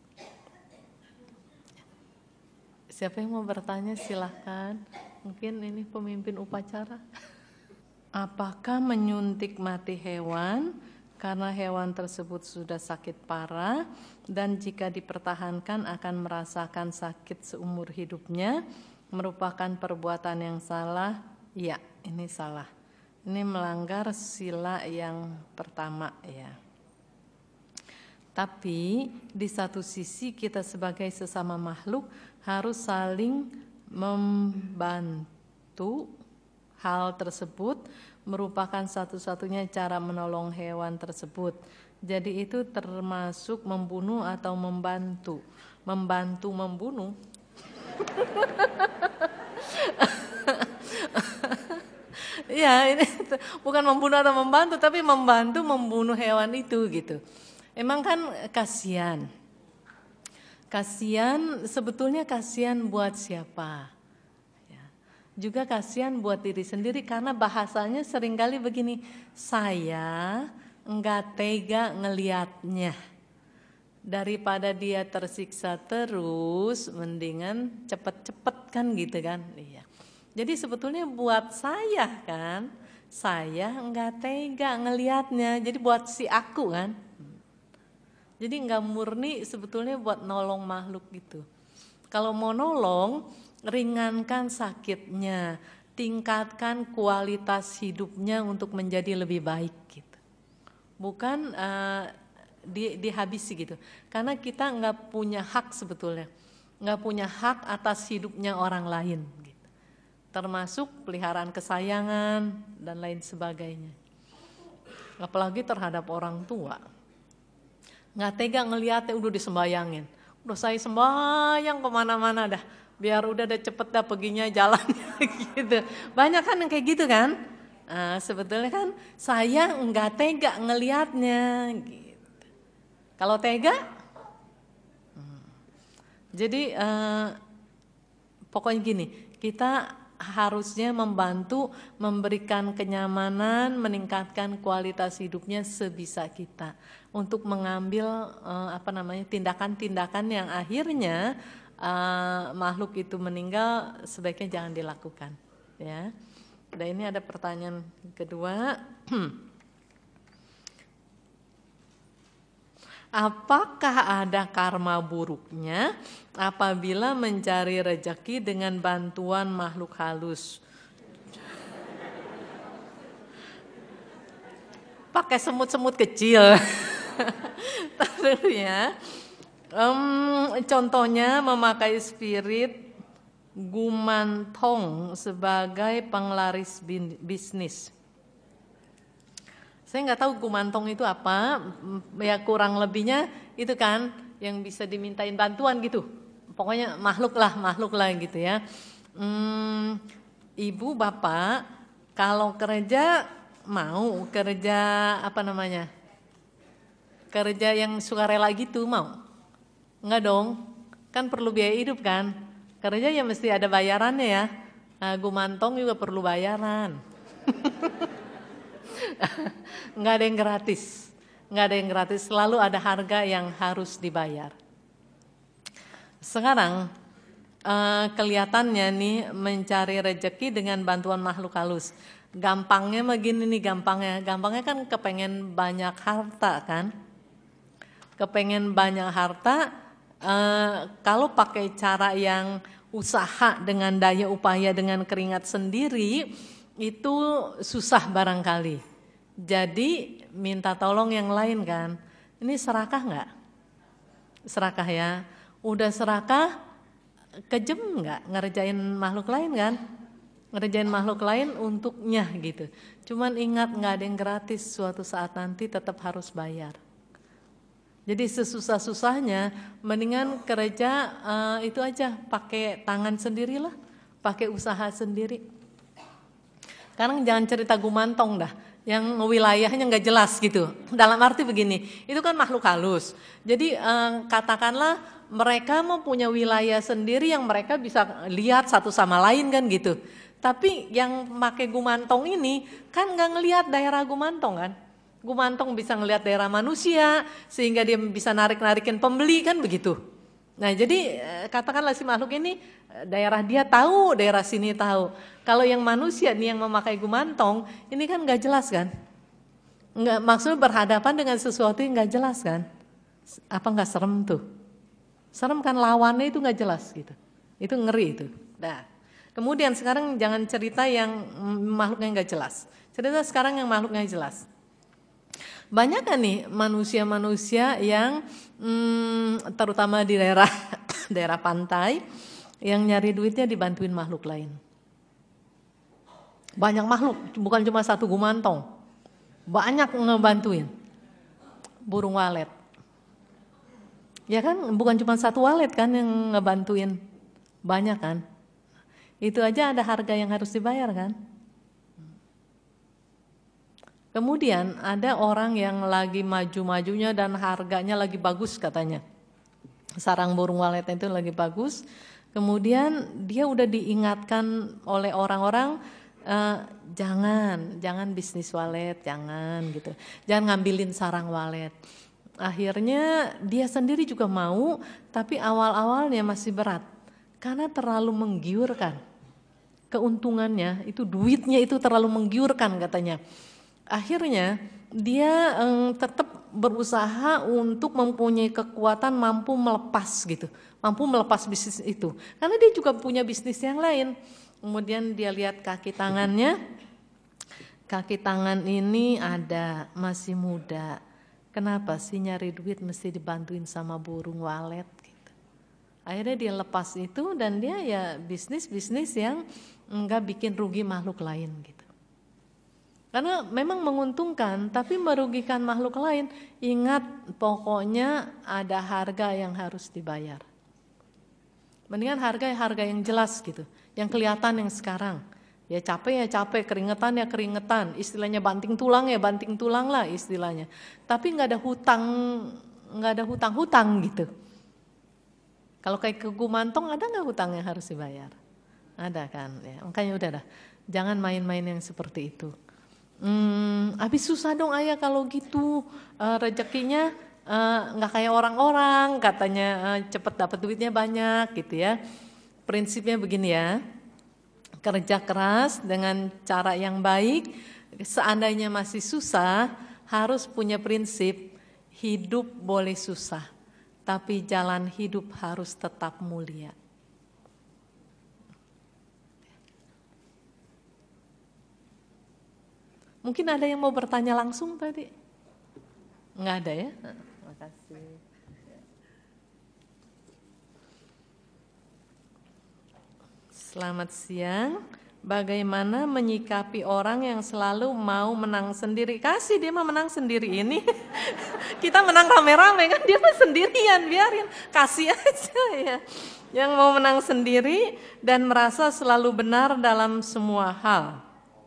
S1: Siapa yang mau bertanya silahkan. Mungkin ini pemimpin upacara. Apakah menyuntik mati hewan karena hewan tersebut sudah sakit parah dan jika dipertahankan akan merasakan sakit seumur hidupnya merupakan perbuatan yang salah? Ya, ini salah. Ini melanggar sila yang pertama ya. Tapi di satu sisi kita sebagai sesama makhluk harus saling membantu. Hal tersebut merupakan satu-satunya cara menolong hewan tersebut. Jadi itu termasuk membunuh atau membantu. Membantu membunuh. Ya, ini bukan membunuh atau membantu, tapi membantu membunuh hewan itu gitu. Emang kan kasihan. Sebetulnya kasihan buat siapa? Juga kasihan buat diri sendiri karena bahasanya seringkali begini, saya enggak tega ngelihatnya. Daripada dia tersiksa terus, mendingan cepet-cepet kan gitu kan. Iya. Jadi sebetulnya buat saya kan, saya enggak tega ngelihatnya. Jadi buat si aku kan. Jadi enggak murni sebetulnya buat nolong makhluk gitu. Kalau mau nolong, ringankan sakitnya, tingkatkan kualitas hidupnya untuk menjadi lebih baik gitu. Bukan dihabisi gitu. Karena kita nggak punya hak sebetulnya, nggak punya hak atas hidupnya orang lain, gitu. Termasuk peliharaan kesayangan dan lain sebagainya. Apalagi terhadap orang tua. Nggak tega ngeliatnya udah disembayangin. Udah saya sembayang kemana-mana dah. Biar udah cepet dah perginya jalannya gitu. Banyak kan yang kayak gitu kan. Sebetulnya kan saya nggak tega ngelihatnya. Gitu. Kalau tega, jadi pokoknya gini, kita harusnya membantu, memberikan kenyamanan, meningkatkan kualitas hidupnya sebisa kita untuk mengambil tindakan-tindakan yang akhirnya makhluk itu meninggal sebaiknya jangan dilakukan, ya. Dan ini ada pertanyaan kedua. Apakah ada karma buruknya apabila mencari rezeki dengan bantuan makhluk halus? Pakai semut-semut kecil. Tentunya. Contohnya memakai spirit gumantong sebagai penglaris bisnis. Saya nggak tahu gumantong itu apa, ya kurang lebihnya itu kan yang bisa dimintain bantuan gitu. Pokoknya makhluk lah gitu ya. Ibu bapak kalau kerja mau kerja kerja yang sukarela gitu mau? Enggak dong, kan perlu biaya hidup kan. Kerja ya mesti ada bayarannya ya. Gumantong juga perlu bayaran. Nggak ada yang gratis, selalu ada harga yang harus dibayar. Sekarang kelihatannya nih mencari rezeki dengan bantuan makhluk halus. Gampangnya begini nih, gampangnya kan kepengen banyak harta kan. Kepengen banyak harta, kalau pakai cara yang usaha dengan daya upaya dengan keringat sendiri itu susah barangkali. Jadi minta tolong yang lain kan. Ini serakah nggak? Serakah ya. Udah serakah, kejem nggak ngerjain makhluk lain kan? Ngerjain makhluk lain untuknya gitu. Cuman ingat nggak ada yang gratis, suatu saat nanti tetap harus bayar. Jadi sesusah-susahnya mendingan kerja itu aja pakai tangan sendirilah, pakai usaha sendiri. Sekarang jangan cerita gumantong dah, yang wilayahnya nggak jelas gitu. Dalam arti begini, itu kan makhluk halus. Jadi katakanlah mereka mau punya wilayah sendiri yang mereka bisa lihat satu sama lain kan gitu. Tapi yang pakai gumantong ini kan nggak ngelihat daerah gumantong kan. Gumantong bisa ngelihat daerah manusia sehingga dia bisa narik-narikin pembeli kan begitu. Nah jadi katakanlah si makhluk ini daerah dia tahu, daerah sini tahu. Kalau yang manusia nih yang memakai gumantong ini kan nggak jelas kan? Nggak, maksudnya berhadapan dengan sesuatu yang nggak jelas kan? Apa nggak serem tuh? Serem kan, lawannya itu nggak jelas gitu. Itu ngeri itu. Nah, kemudian sekarang jangan cerita yang makhluknya nggak jelas. Cerita sekarang yang makhluknya jelas. Banyak kan nih manusia-manusia yang terutama di daerah pantai yang nyari duitnya dibantuin makhluk lain. Banyak makhluk, bukan cuma satu gumantong. Banyak ngebantuin. Burung walet. Ya kan, bukan cuma satu walet kan yang ngebantuin. Banyak kan. Itu aja ada harga yang harus dibayar kan. Kemudian ada orang yang lagi maju-majunya dan harganya lagi bagus katanya. Sarang burung walet itu lagi bagus. Kemudian dia udah diingatkan oleh orang-orang, jangan bisnis walet, jangan gitu. Jangan ngambilin sarang walet. Akhirnya dia sendiri juga mau, tapi awal-awalnya masih berat. Karena terlalu menggiurkan. Keuntungannya, itu duitnya itu terlalu menggiurkan katanya. Akhirnya dia tetap berusaha untuk mempunyai kekuatan mampu melepas gitu, mampu melepas bisnis itu. Karena dia juga punya bisnis yang lain. Kemudian dia lihat kaki tangannya, kaki tangan ini ada masih muda, Kenapa sih nyari duit mesti dibantuin sama burung walet gitu. Akhirnya dia lepas itu dan dia ya bisnis yang enggak bikin rugi makhluk lain gitu. Karena memang menguntungkan tapi merugikan makhluk lain. Ingat pokoknya ada harga yang harus dibayar. Mendingan harga yang jelas gitu, yang kelihatan yang sekarang. Ya capek, keringetan ya keringetan. Istilahnya banting tulang ya banting tulang lah istilahnya. Tapi nggak ada hutang gitu. Kalau kayak ke Gumantong ada nggak hutang yang harus dibayar? Ada kan? Ya, makanya udah dah, jangan main-main yang seperti itu. Habis susah dong ayah kalau gitu, rezekinya nggak kayak orang-orang katanya cepet dapat duitnya banyak gitu ya. Prinsipnya begini ya, kerja keras dengan cara yang baik, seandainya masih susah harus punya prinsip hidup boleh susah, tapi jalan hidup harus tetap mulia. Mungkin ada yang mau bertanya langsung tadi? Nggak ada ya? Makasih. Selamat siang. Bagaimana menyikapi orang yang selalu mau menang sendiri? Kasih dia mah menang sendiri ini. Kita menang rame-rame kan, dia mah sendirian, biarin. Kasih aja ya. Yang mau menang sendiri dan merasa selalu benar dalam semua hal.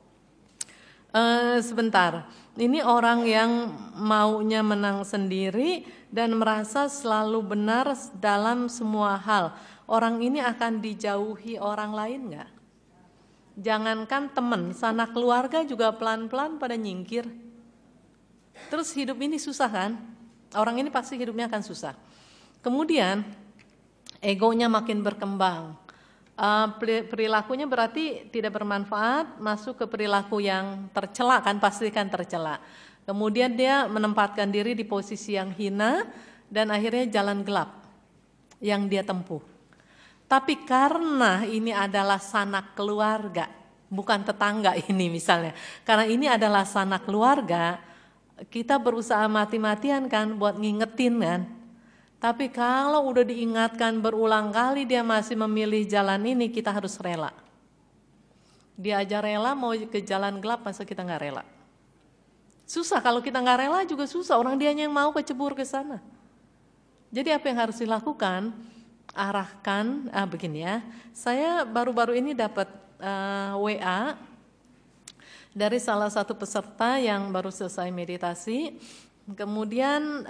S1: Sebentar, ini orang yang maunya menang sendiri dan merasa selalu benar dalam semua hal. Orang ini akan dijauhi orang lain nggak? Jangankan teman, sanak keluarga juga pelan-pelan pada nyingkir. Terus hidup ini susah kan? Orang ini pasti hidupnya akan susah. Kemudian egonya makin berkembang. Perilakunya berarti tidak bermanfaat, masuk ke perilaku yang tercela kan, pasti kan tercela. Kemudian dia menempatkan diri di posisi yang hina dan akhirnya jalan gelap yang dia tempuh. Tapi karena ini adalah sanak keluarga, bukan tetangga ini misalnya. Karena ini adalah sanak keluarga, kita berusaha mati-matian kan buat ngingetin kan. Tapi kalau udah diingatkan berulang kali dia masih memilih jalan ini, kita harus rela. Dia aja rela mau ke jalan gelap, masa kita nggak rela? Susah, kalau kita nggak rela juga susah, orang dianya yang mau kecebur ke sana. Jadi apa yang harus dilakukan? Arahkan, begini ya, saya baru-baru ini dapat WA dari salah satu peserta yang baru selesai meditasi, kemudian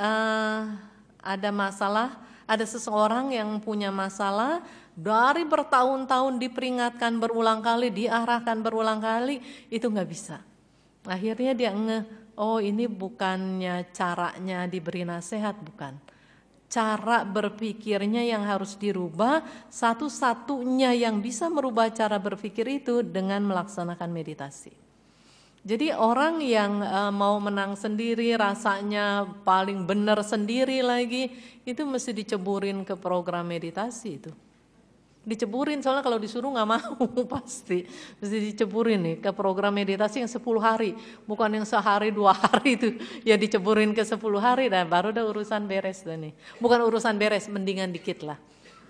S1: ada masalah, ada seseorang yang punya masalah dari bertahun-tahun diperingatkan berulang kali, diarahkan berulang kali, itu nggak bisa. Akhirnya dia oh ini bukannya caranya diberi nasihat, bukan. Cara berpikirnya yang harus dirubah, satu-satunya yang bisa merubah cara berpikir itu dengan melaksanakan meditasi. Jadi orang yang mau menang sendiri, rasanya paling benar sendiri lagi, itu mesti diceburin ke program meditasi itu. Diceburin, soalnya kalau disuruh nggak mau pasti. Mesti diceburin nih ke program meditasi yang 10 hari, bukan yang sehari 2 hari itu. Ya diceburin ke 10 hari, dan baru udah urusan beres dah nih. Bukan urusan beres, mendingan dikit lah.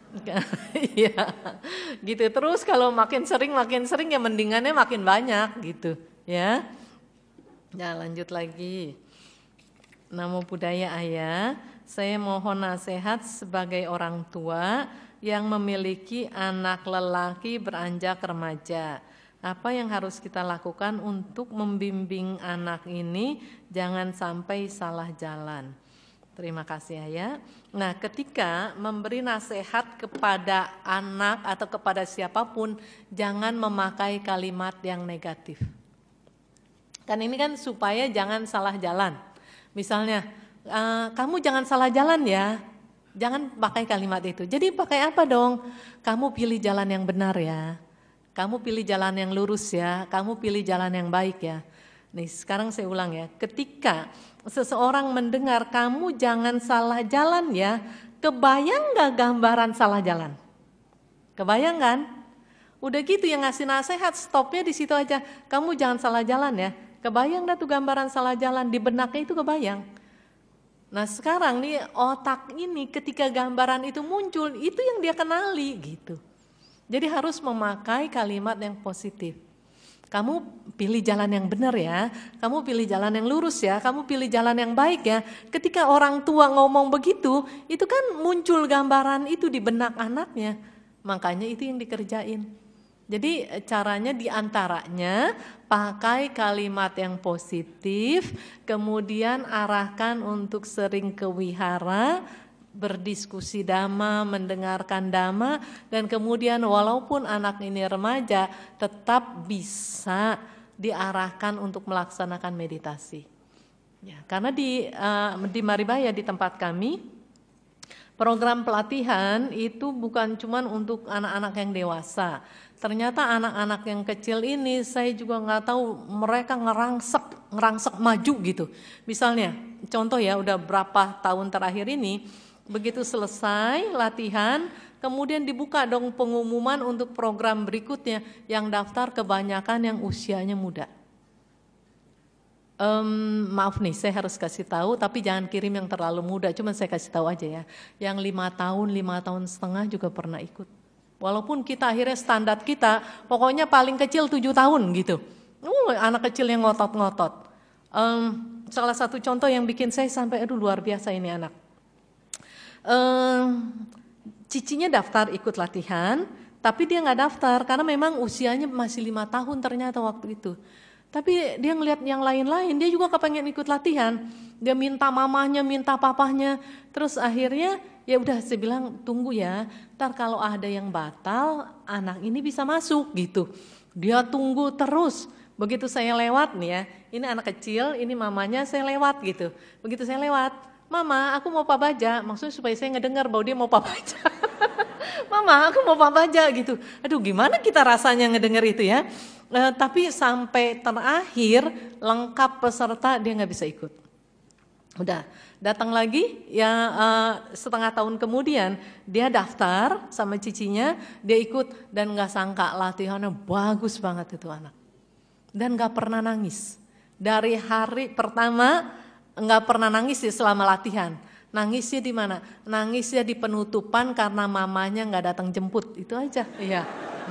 S1: Ya, gitu. Terus kalau makin sering ya mendingannya makin banyak gitu. Ya, lanjut lagi. Namo Buddhaya ayah, saya mohon nasihat sebagai orang tua yang memiliki anak lelaki beranjak remaja. Apa yang harus kita lakukan untuk membimbing anak ini jangan sampai salah jalan? Terima kasih ayah. Nah, ketika memberi nasihat kepada anak atau kepada siapapun, jangan memakai kalimat yang negatif. Kan ini kan supaya jangan salah jalan. Misalnya, kamu jangan salah jalan ya. Jangan pakai kalimat itu. Jadi pakai apa dong? Kamu pilih jalan yang benar ya. Kamu pilih jalan yang lurus ya. Kamu pilih jalan yang baik ya. Nih sekarang saya ulang ya. Ketika seseorang mendengar kamu jangan salah jalan ya. Kebayang gak gambaran salah jalan? Kebayang kan? Udah gitu yang ngasih nasihat stopnya di situ aja. Kamu jangan salah jalan ya. Kebayang dah tuh gambaran salah jalan, di benaknya itu kebayang. Nah sekarang nih otak ini ketika gambaran itu muncul, itu yang dia kenali gitu. Jadi harus memakai kalimat yang positif. Kamu pilih jalan yang benar ya, kamu pilih jalan yang lurus ya, kamu pilih jalan yang baik ya. Ketika orang tua ngomong begitu, itu kan muncul gambaran itu di benak anaknya. Makanya itu yang dikerjain. Jadi caranya diantaranya pakai kalimat yang positif, kemudian arahkan untuk sering ke wihara, berdiskusi dhamma, mendengarkan dhamma, dan kemudian walaupun anak ini remaja tetap bisa diarahkan untuk melaksanakan meditasi. Ya, karena di Maribaya di tempat kami program pelatihan itu bukan cuma untuk anak-anak yang dewasa. Ternyata anak-anak yang kecil ini saya juga nggak tahu mereka ngerangsek maju gitu. Misalnya contoh ya udah berapa tahun terakhir ini begitu selesai latihan, kemudian dibuka dong pengumuman untuk program berikutnya yang daftar kebanyakan yang usianya muda. Maaf nih, saya harus kasih tahu, tapi jangan kirim yang terlalu muda. Cuma saya kasih tahu aja ya, yang 5 tahun, 5 tahun setengah juga pernah ikut. Walaupun kita akhirnya standar kita, pokoknya paling kecil 7 tahun gitu. Anak kecil yang ngotot-ngotot. Salah satu contoh yang bikin saya sampai, aduh luar biasa ini anak. Cicinya daftar ikut latihan, tapi dia nggak daftar karena memang usianya masih 5 tahun ternyata waktu itu. Tapi dia ngelihat yang lain-lain, dia juga kepengen ikut latihan. Dia minta mamahnya, minta papahnya, terus akhirnya ya udah saya bilang tunggu ya, ntar kalau ada yang batal, anak ini bisa masuk gitu. Dia tunggu terus. Begitu saya lewat nih ya, ini anak kecil, ini mamanya saya lewat gitu. Begitu saya lewat, Mama, aku mau pabaja, maksudnya supaya saya ngedengar bahwa dia mau pabaja. Mama, aku mau pabaja gitu. Aduh, gimana kita rasanya ngedengar itu ya? Tapi sampai terakhir lengkap peserta dia nggak bisa ikut. Udah, datang lagi ya setengah tahun kemudian dia daftar sama cicinya, dia ikut dan nggak sangka latihannya bagus banget itu anak. Dan nggak pernah nangis. Dari hari pertama nggak pernah nangis ya selama latihan. Nangisnya di mana? Nangisnya di penutupan karena mamanya nggak datang jemput. Itu aja. Iya.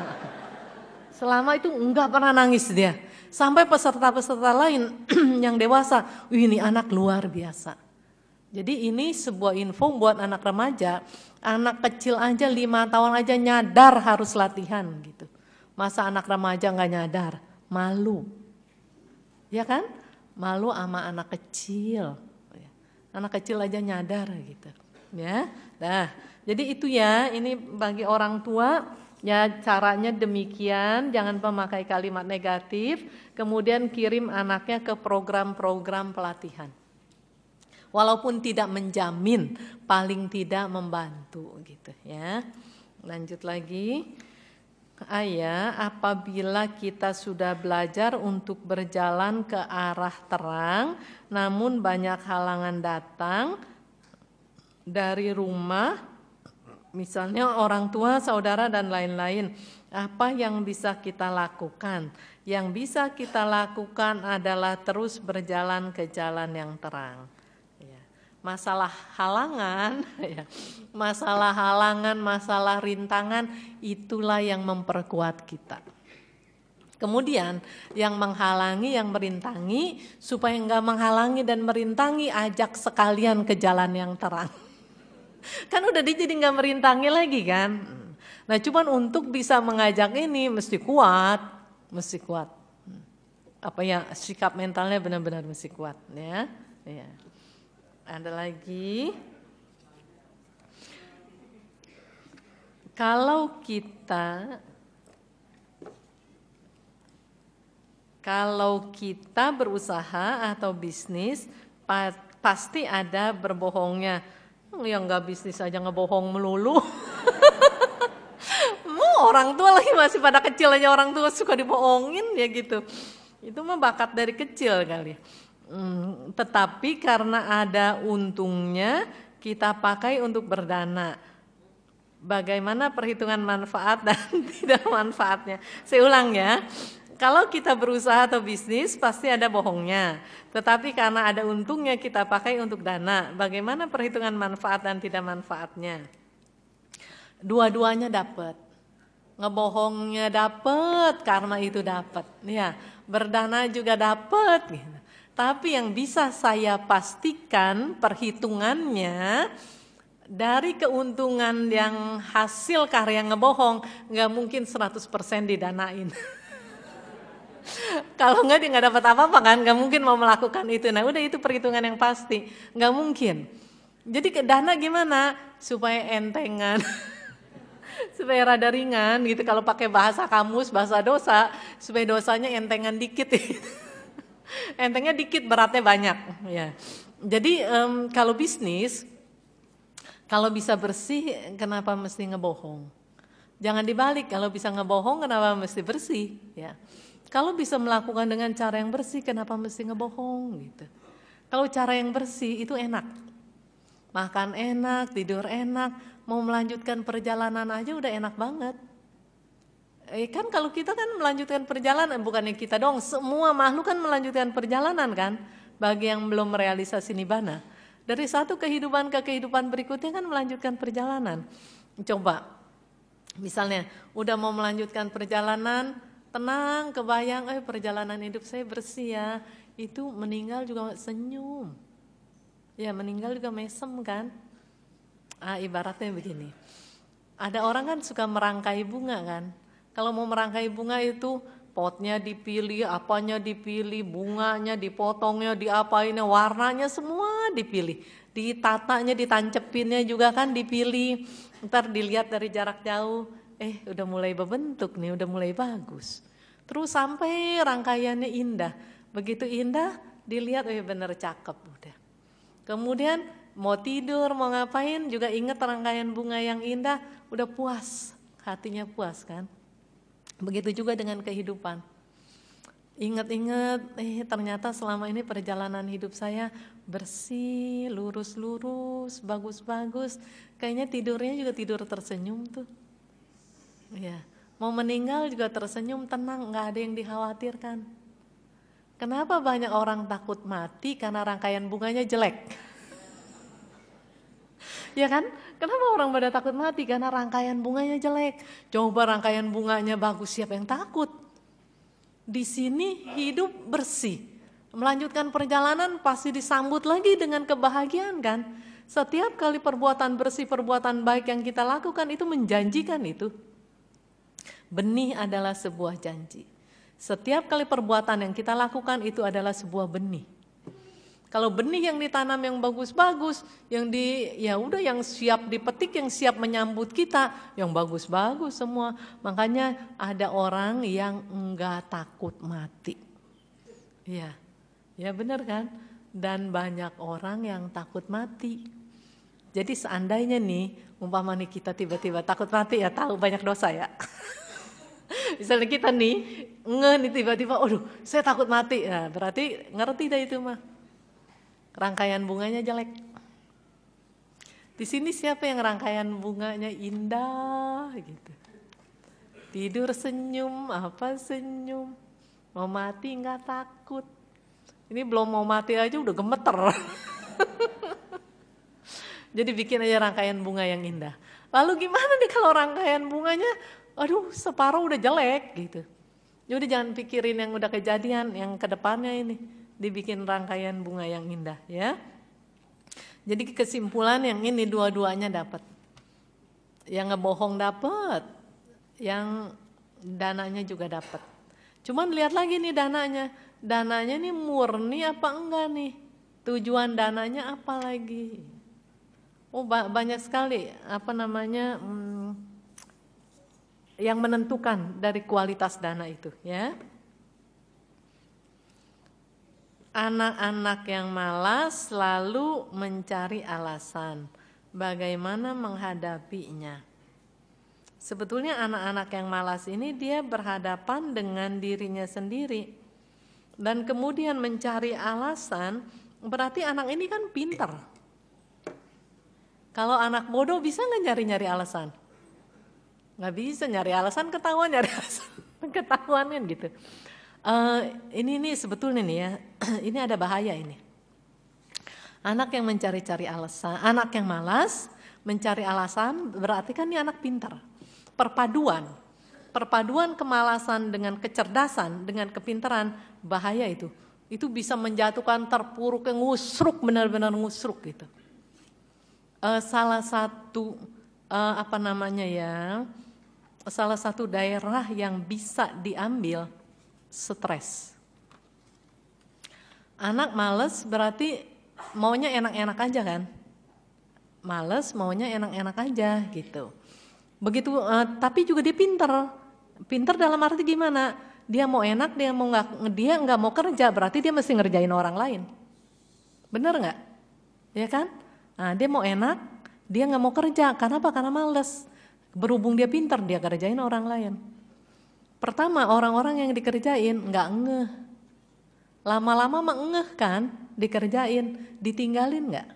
S1: Selama itu nggak pernah nangis dia. Sampai peserta-peserta lain yang dewasa, ini anak luar biasa. Jadi ini sebuah info buat anak remaja. Anak kecil aja 5 tahun aja nyadar harus latihan gitu. Masa anak remaja nggak nyadar? Malu. Ya kan? Malu sama anak kecil. Anak kecil aja nyadar gitu. Ya. Nah, jadi itu ya, ini bagi orang tua ya caranya demikian, jangan memakai kalimat negatif, kemudian kirim anaknya ke program-program pelatihan. Walaupun tidak menjamin, paling tidak membantu gitu ya. Lanjut lagi. Ayah, apabila kita sudah belajar untuk berjalan ke arah terang, namun banyak halangan datang dari rumah, misalnya orang tua, saudara, dan lain-lain, apa yang bisa kita lakukan? Yang bisa kita lakukan adalah terus berjalan ke jalan yang terang. Masalah halangan, masalah rintangan, itulah yang memperkuat kita. Kemudian yang menghalangi, yang merintangi, supaya enggak menghalangi dan merintangi, ajak sekalian ke jalan yang terang. Kan udah dia jadi enggak merintangi lagi kan. Nah cuman untuk bisa mengajak ini mesti kuat. Apa ya, sikap mentalnya benar-benar mesti kuat ya. Ya. Ada lagi, kalau kita berusaha atau bisnis, pasti ada berbohongnya. Yang nggak bisnis aja ngebohong melulu. Orang tua lagi masih pada kecil aja orang tua suka dibohongin ya gitu. Itu mah bakat dari kecil kali. Tetapi karena ada untungnya kita pakai untuk berdana. Bagaimana perhitungan manfaat dan tidak manfaatnya? Saya ulang ya. Kalau kita berusaha atau bisnis pasti ada bohongnya. Tetapi karena ada untungnya kita pakai untuk dana. Bagaimana perhitungan manfaat dan tidak manfaatnya? Dua-duanya dapat. Ngebohongnya dapat, karma itu dapat. Ya, berdana juga dapat. Gitu. Tapi yang bisa saya pastikan perhitungannya dari keuntungan yang hasil karya ngebohong nggak mungkin 100% didanain. Kalau nggak dia nggak dapat apa-apa kan, nggak mungkin mau melakukan itu. Nah udah itu perhitungan yang pasti, nggak mungkin. Jadi ke dana gimana? Supaya entengan, supaya rada ringan gitu. Kalau pakai bahasa kamus, bahasa dosa, supaya dosanya entengan dikit. Entengnya dikit, beratnya banyak. Ya. Jadi kalau bisnis, kalau bisa bersih, kenapa mesti ngebohong? Jangan dibalik, kalau bisa ngebohong, kenapa mesti bersih? Ya. Kalau bisa melakukan dengan cara yang bersih, kenapa mesti ngebohong gitu. Kalau cara yang bersih itu enak. Makan enak, tidur enak, mau melanjutkan perjalanan aja udah enak banget. Kan kalau kita kan melanjutkan perjalanan, bukannya kita dong, semua makhluk kan melanjutkan perjalanan kan. Bagi yang belum merealisasi nibbana. Dari satu kehidupan ke kehidupan berikutnya kan melanjutkan perjalanan. Coba, misalnya udah mau melanjutkan perjalanan, tenang, kebayang, perjalanan hidup saya bersih ya. Itu meninggal juga senyum. Ya meninggal juga mesem kan. Ibaratnya begini. Ada orang kan suka merangkai bunga kan. Kalau mau merangkai bunga itu potnya dipilih, apanya dipilih, bunganya dipotongnya, diapainnya, warnanya semua dipilih. Ditatanya, ditancepinnya juga kan dipilih. Ntar dilihat dari jarak jauh. Udah mulai berbentuk nih, udah mulai bagus. Terus sampai rangkaiannya indah. Begitu indah, dilihat bener cakep udah. Kemudian mau tidur, mau ngapain juga ingat rangkaian bunga yang indah, udah puas, hatinya puas kan. Begitu juga dengan kehidupan. Ingat-ingat, ternyata selama ini perjalanan hidup saya bersih, lurus-lurus, bagus-bagus. Kayaknya tidurnya juga tidur tersenyum tuh. Ya, mau meninggal juga tersenyum, tenang, nggak ada yang dikhawatirkan. Kenapa banyak orang takut mati? Karena rangkaian bunganya jelek. Ya kan? Kenapa orang pada takut mati? Karena rangkaian bunganya jelek. Coba rangkaian bunganya bagus, siapa yang takut? Di sini hidup bersih. Melanjutkan perjalanan pasti disambut lagi dengan kebahagiaan kan? Setiap kali perbuatan bersih, perbuatan baik yang kita lakukan itu menjanjikan itu. Benih adalah sebuah janji. Setiap kali perbuatan yang kita lakukan itu adalah sebuah benih. Kalau benih yang ditanam yang bagus-bagus, yang yang siap dipetik, yang siap menyambut kita, yang bagus-bagus semua. Makanya ada orang yang enggak takut mati. Ya benar kan? Dan banyak orang yang takut mati. Jadi seandainya nih, umpama nih kita tiba-tiba takut mati ya tahu banyak dosa ya. Misalnya kita nih tiba-tiba, saya takut mati. Nah, berarti ngerti dah itu mah. Rangkaian bunganya jelek. Di sini siapa yang rangkaian bunganya indah gitu. Tidur senyum, apa senyum. Mau mati nggak takut. Ini belum mau mati aja udah gemeter. Jadi bikin aja rangkaian bunga yang indah. Lalu gimana nih kalau rangkaian bunganya separuh udah jelek gitu. Jadi jangan pikirin yang udah kejadian, yang kedepannya ini. Dibikin rangkaian bunga yang indah ya. Jadi kesimpulan yang ini dua-duanya dapat. Yang ngebohong dapat, yang dananya juga dapat. Cuman lihat lagi nih dananya. Dananya nih murni apa enggak nih? Tujuan dananya apa lagi? Banyak sekali yang menentukan dari kualitas dana itu ya. Anak-anak yang malas selalu mencari alasan bagaimana menghadapinya. Sebetulnya anak-anak yang malas ini dia berhadapan dengan dirinya sendiri. Dan kemudian mencari alasan, berarti anak ini kan pintar. Kalau anak bodoh bisa nggak nyari-nyari alasan? Nggak bisa nyari alasan, ketahuan nyari alasan. Ketahuan kan gitu. Ini sebetulnya nih ya, ini ada bahaya ini. Anak yang mencari-cari alasan, anak yang malas mencari alasan berarti kan ini anak pintar. Perpaduan kemalasan dengan kecerdasan, dengan kepintaran, bahaya itu. Itu bisa menjatuhkan terpuruk, ngusruk, benar-benar ngusruk gitu. Salah satu salah satu daerah yang bisa diambil stres. Anak males berarti maunya enak-enak aja kan? Males maunya enak-enak aja gitu. Begitu, tapi juga dia pinter. Pinter dalam arti gimana? Dia mau enak, dia nggak mau kerja, berarti dia mesti ngerjain orang lain. Bener nggak? Ya kan? Nah, dia mau enak, dia nggak mau kerja. Karena apa? Karena males. Berhubung dia pinter, dia kerjain orang lain. Pertama, orang-orang yang dikerjain nggak ngeh. Lama-lama mah ngeh kan, dikerjain, ditinggalin nggak?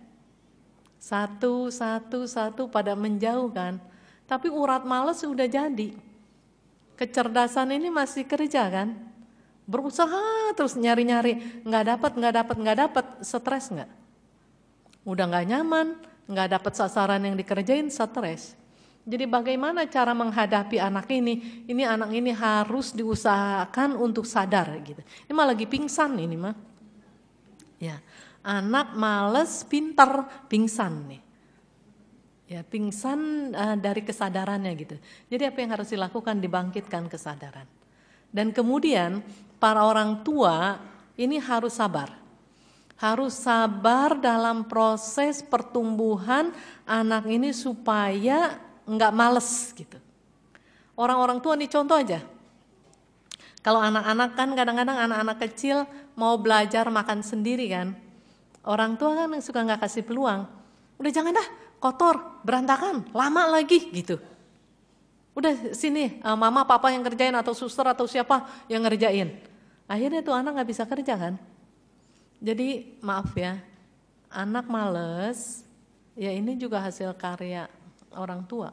S1: Satu pada menjauh kan. Tapi urat males sudah jadi. Kecerdasan ini masih kerja kan. Berusaha terus nyari-nyari, nggak dapat, stres nggak? Udah nggak nyaman, nggak dapat sasaran yang dikerjain, stres. Jadi bagaimana cara menghadapi anak ini? Ini anak ini harus diusahakan untuk sadar gitu. Ini mah lagi pingsan ini mah. Ya, anak males, pintar, pingsan nih. Ya, pingsan dari kesadarannya gitu. Jadi apa yang harus dilakukan? Dibangkitkan kesadaran. Dan kemudian para orang tua ini harus sabar. Harus sabar dalam proses pertumbuhan anak ini supaya enggak males gitu. Orang-orang tua nih contoh aja. Kalau anak-anak kan kadang-kadang anak-anak kecil mau belajar makan sendiri kan. Orang tua kan suka enggak kasih peluang. Udah jangan dah, kotor, berantakan, lama lagi gitu. Udah sini mama papa yang kerjain atau suster atau siapa yang ngerjain. Akhirnya tuh anak enggak bisa kerja kan. Jadi maaf ya, anak males, ya ini juga hasil karya orang tua.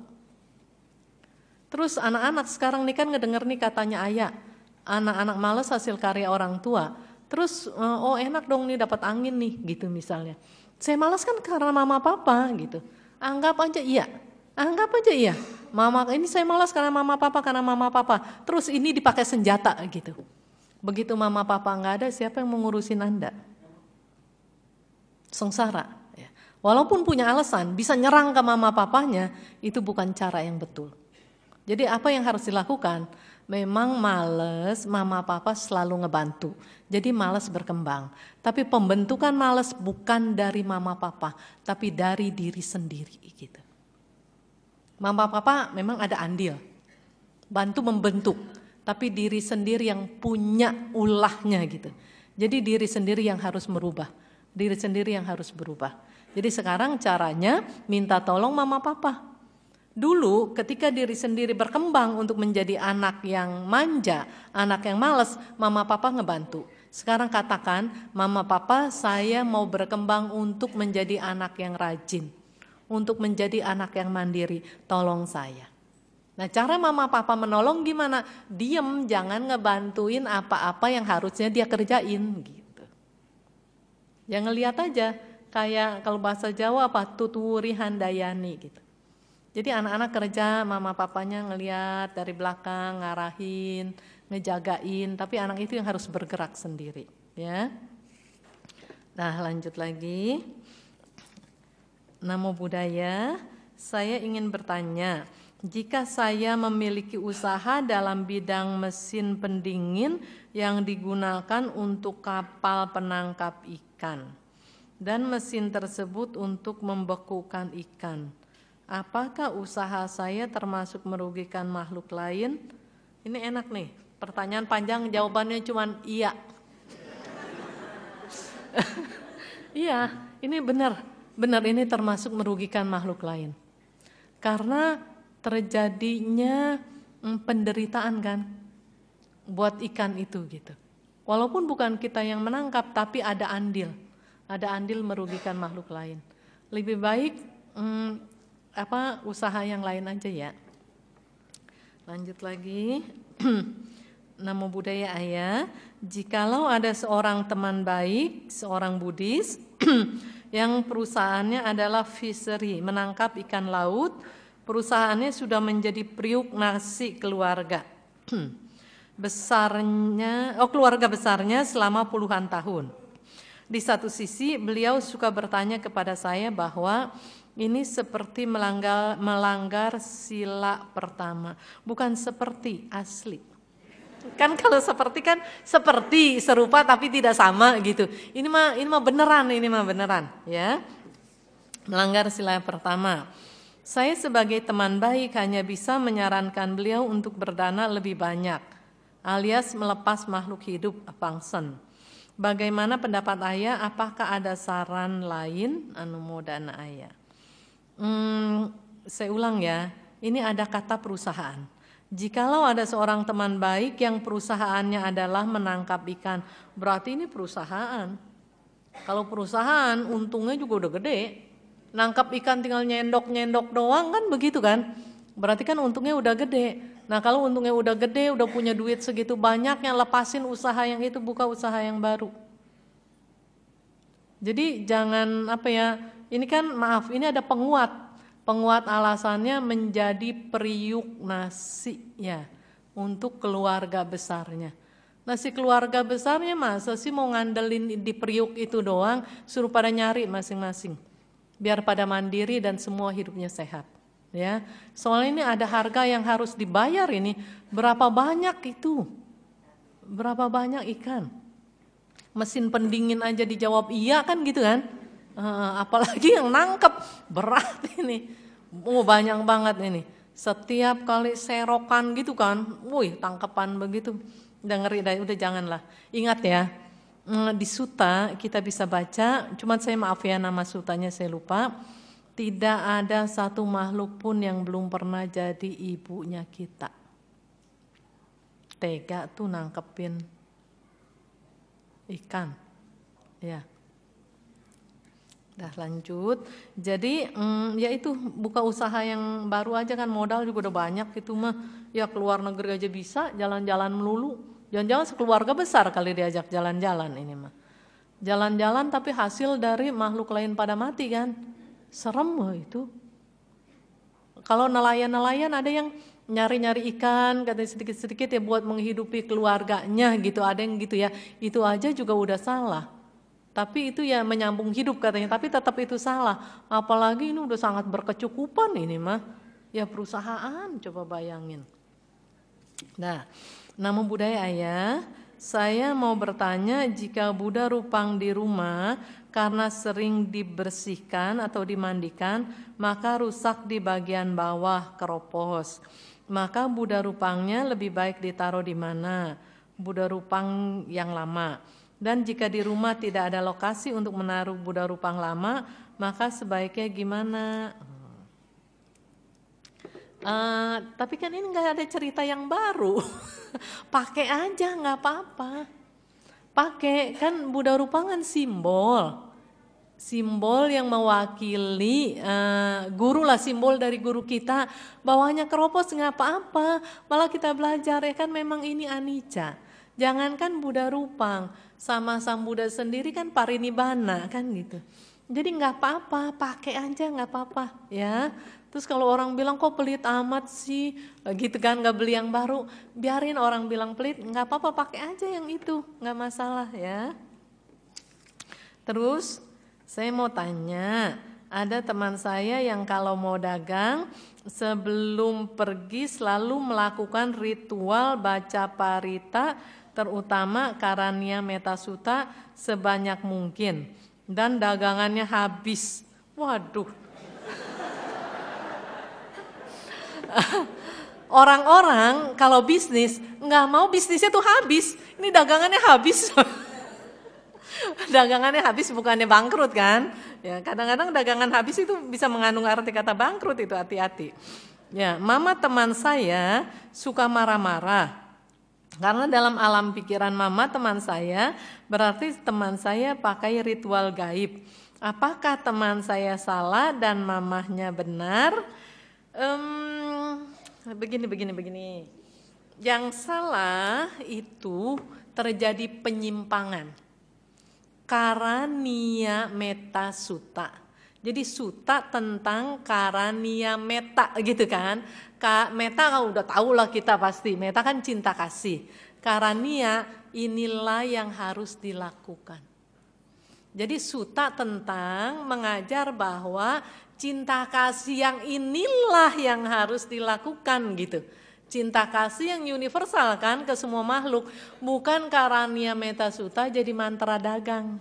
S1: Terus anak-anak sekarang nih kan ngedenger nih katanya ayah, anak-anak males hasil karya orang tua. Terus oh enak dong nih dapat angin nih gitu misalnya. Saya malas kan karena mama papa gitu. Anggap aja iya. Mama ini saya malas karena mama papa. Terus ini dipakai senjata gitu. Begitu mama papa nggak ada, siapa yang mengurusin Anda? Sengsara. Walaupun punya alasan, bisa nyerang ke mama papanya, itu bukan cara yang betul. Jadi apa yang harus dilakukan? Memang males, mama papa selalu ngebantu. Jadi males berkembang. Tapi pembentukan males bukan dari mama papa, tapi dari diri sendiri gitu. Mama papa memang ada andil, bantu membentuk, tapi diri sendiri yang punya ulahnya gitu. Jadi diri sendiri yang harus merubah, diri sendiri yang harus berubah. Jadi sekarang caranya minta tolong mama papa. Dulu ketika diri sendiri berkembang untuk menjadi anak yang manja, anak yang malas, mama papa ngebantu. Sekarang katakan, mama papa saya mau berkembang untuk menjadi anak yang rajin, untuk menjadi anak yang mandiri, tolong saya. Nah cara mama papa menolong gimana? Diem, jangan ngebantuin apa-apa yang harusnya dia kerjain gitu. Ya ngelihat aja. Kayak kalau bahasa Jawa apa? Tuturi handayani gitu. Jadi anak-anak kerja, mama papanya ngeliat dari belakang, ngarahin, ngejagain, tapi anak itu yang harus bergerak sendiri, ya. Nah, lanjut lagi. Namo Buddhaya, saya ingin bertanya, jika saya memiliki usaha dalam bidang mesin pendingin yang digunakan untuk kapal penangkap ikan, dan mesin tersebut untuk membekukan ikan, apakah usaha saya termasuk merugikan makhluk lain? Ini enak nih, pertanyaan panjang jawabannya cuma iya. Iya, ini benar ini termasuk merugikan makhluk lain. Karena terjadinya penderitaan kan buat ikan itu gitu. Walaupun bukan kita yang menangkap, tapi ada andil merugikan makhluk lain. Lebih baik usaha yang lain aja ya. Lanjut lagi. Namo Buddhaya Ayah, jikalau ada seorang teman baik, seorang Buddhis yang perusahaannya adalah fishery, menangkap ikan laut, perusahaannya sudah menjadi periuk nasi keluarga. Keluarga besarnya selama puluhan tahun. Di satu sisi beliau suka bertanya kepada saya bahwa ini seperti melanggar sila pertama, bukan seperti asli. Kan kalau seperti kan seperti serupa tapi tidak sama gitu. Ini mah beneran ya. Melanggar sila pertama. Saya sebagai teman baik hanya bisa menyarankan beliau untuk berdana lebih banyak, alias melepas makhluk hidup pangsen. Bagaimana pendapat Ayah? Apakah ada saran lain? Anumodana Ayah. Saya ulang ya. Ini ada kata perusahaan. Jikalau ada seorang teman baik yang perusahaannya adalah menangkap ikan, berarti ini perusahaan. Kalau perusahaan untungnya juga udah gede. Nangkap ikan tinggal nyendok-nyendok doang kan begitu kan? Berarti kan untungnya udah gede. Nah kalau untungnya udah gede, udah punya duit segitu banyak, yang lepasin usaha yang itu, buka usaha yang baru. Jadi jangan ini kan maaf, ini ada penguat. Penguat alasannya menjadi periuk nasi ya untuk keluarga besarnya. Nasi keluarga besarnya masa sih mau ngandelin di periuk itu doang, suruh pada nyari masing-masing. Biar pada mandiri dan semua hidupnya sehat. Ya, soalnya ini ada harga yang harus dibayar ini. Berapa banyak itu? Berapa banyak ikan? Mesin pendingin aja dijawab iya kan gitu kan? Apalagi yang nangkep, berat ini. Banyak banget ini. Setiap kali serokan gitu kan, tangkapan begitu. Udah ngeri, udah janganlah. Ingat ya, di suta kita bisa baca, cuma saya maaf ya nama sutanya saya lupa. Tidak ada satu makhluk pun yang belum pernah jadi ibunya kita. Tega tuh nangkepin ikan. Ya. Dah lanjut. Jadi ya itu buka usaha yang baru aja kan, modal juga udah banyak gitu mah. Ya keluar negeri aja bisa, jalan-jalan melulu. Jangan-jangan sekeluarga besar kali diajak jalan-jalan ini mah. Jalan-jalan tapi hasil dari makhluk lain pada mati kan. Serem loh itu. Kalau nelayan-nelayan ada yang nyari-nyari ikan katanya sedikit-sedikit ya buat menghidupi keluarganya gitu. Ada yang gitu ya. Itu aja juga udah salah. Tapi itu ya menyambung hidup katanya, tapi tetap itu salah. Apalagi ini udah sangat berkecukupan ini mah. Ya perusahaan, coba bayangin. Nah, Namo Buddhaya Ayah, saya mau bertanya, jika Buddha Rupang di rumah karena sering dibersihkan atau dimandikan, maka rusak di bagian bawah keropos. Maka Buddha Rupangnya lebih baik ditaruh di mana? Buddha Rupang yang lama. Dan jika di rumah tidak ada lokasi untuk menaruh Buddha Rupang lama, maka sebaiknya gimana? Tapi kan ini nggak ada cerita yang baru. Pakai aja nggak apa-apa. Pakai kan Buddha Rupang kan simbol yang mewakili guru lah, simbol dari guru kita. Bawahnya keropos nggak apa-apa. Malah kita belajar ya kan memang ini anicca. Jangankan Buddha Rupang, sama Sang Buddha sendiri kan parinibbana kan gitu. Jadi nggak apa-apa, pakai aja nggak apa-apa ya. Terus kalau orang bilang kok pelit amat sih, gitu kan nggak beli yang baru, biarin orang bilang pelit, nggak apa-apa pakai aja yang itu, nggak masalah ya. Terus saya mau tanya, ada teman saya yang kalau mau dagang sebelum pergi selalu melakukan ritual baca parita, terutama Karania Metta Sutta sebanyak mungkin dan dagangannya habis. Waduh. Orang-orang kalau bisnis nggak mau bisnisnya tuh habis. Ini dagangannya habis. Dagangannya habis bukannya bangkrut kan? Ya, kadang-kadang dagangan habis itu bisa mengandung arti kata bangkrut, itu hati-hati. Ya, mama teman saya suka marah-marah. Karena dalam alam pikiran mama teman saya, berarti teman saya pakai ritual gaib. Apakah teman saya salah dan mamahnya benar? Begini. Yang salah itu terjadi penyimpangan. Karania meta suta. Jadi suta tentang karania meta gitu kan. Meta kan udah tahu lah kita pasti. Meta kan cinta kasih. Karania inilah yang harus dilakukan. Jadi suta tentang mengajar bahwa cinta kasih yang inilah yang harus dilakukan gitu. Cinta kasih yang universal kan ke semua makhluk. Bukan karania meta suta jadi mantra dagang.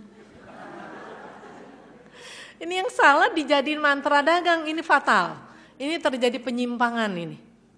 S1: Ini yang salah dijadiin mantra dagang, ini fatal. Ini terjadi penyimpangan ini.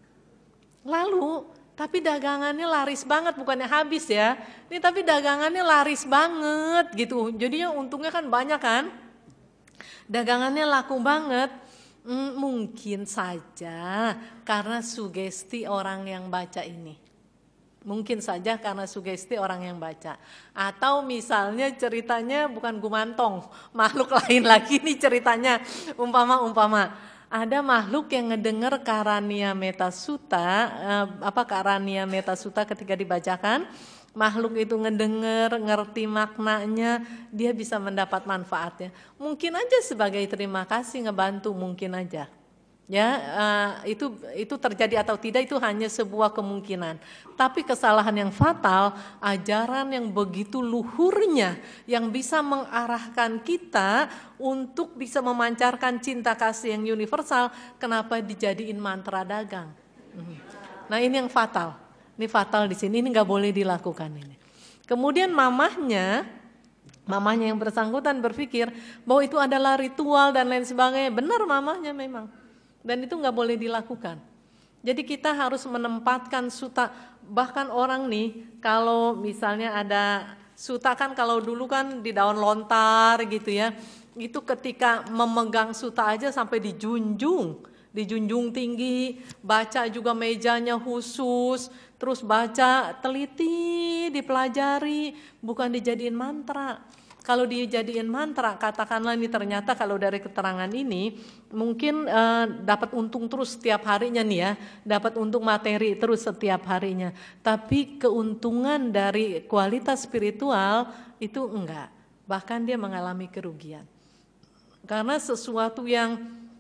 S1: Lalu, tapi dagangannya laris banget, bukannya habis ya. Ini tapi dagangannya laris banget gitu. Jadinya untungnya kan banyak kan. Dagangannya laku banget. Mungkin saja karena sugesti orang yang baca ini. Mungkin saja karena sugesti orang yang baca. Atau misalnya ceritanya bukan gumantong, makhluk lain lagi nih ceritanya. Umpama ada makhluk yang ngedenger karania meta suta, karania meta suta ketika dibacakan, makhluk itu ngedenger, ngerti maknanya, dia bisa mendapat manfaatnya. Mungkin aja sebagai terima kasih ngebantu, mungkin aja. Ya, itu terjadi atau tidak itu hanya sebuah kemungkinan. Tapi kesalahan yang fatal, ajaran yang begitu luhurnya yang bisa mengarahkan kita untuk bisa memancarkan cinta kasih yang universal, kenapa dijadiin mantra dagang? Nah, ini yang fatal. Ini fatal di sini, ini nggak boleh dilakukan ini. Kemudian mamahnya yang bersangkutan berpikir bahwa itu adalah ritual dan lain sebagainya. Benar mamahnya memang. Dan itu nggak boleh dilakukan. Jadi kita harus menempatkan suta. Bahkan orang nih kalau misalnya ada suta kan kalau dulu kan di daun lontar gitu ya. Itu ketika memegang suta aja sampai dijunjung tinggi, baca juga mejanya khusus, terus baca teliti, dipelajari, bukan dijadiin mantra. Kalau dijadiin mantra, katakanlah ini ternyata kalau dari keterangan ini mungkin dapat untung terus setiap harinya nih ya, dapat untung materi terus setiap harinya. Tapi keuntungan dari kualitas spiritual itu enggak, bahkan dia mengalami kerugian. Karena sesuatu yang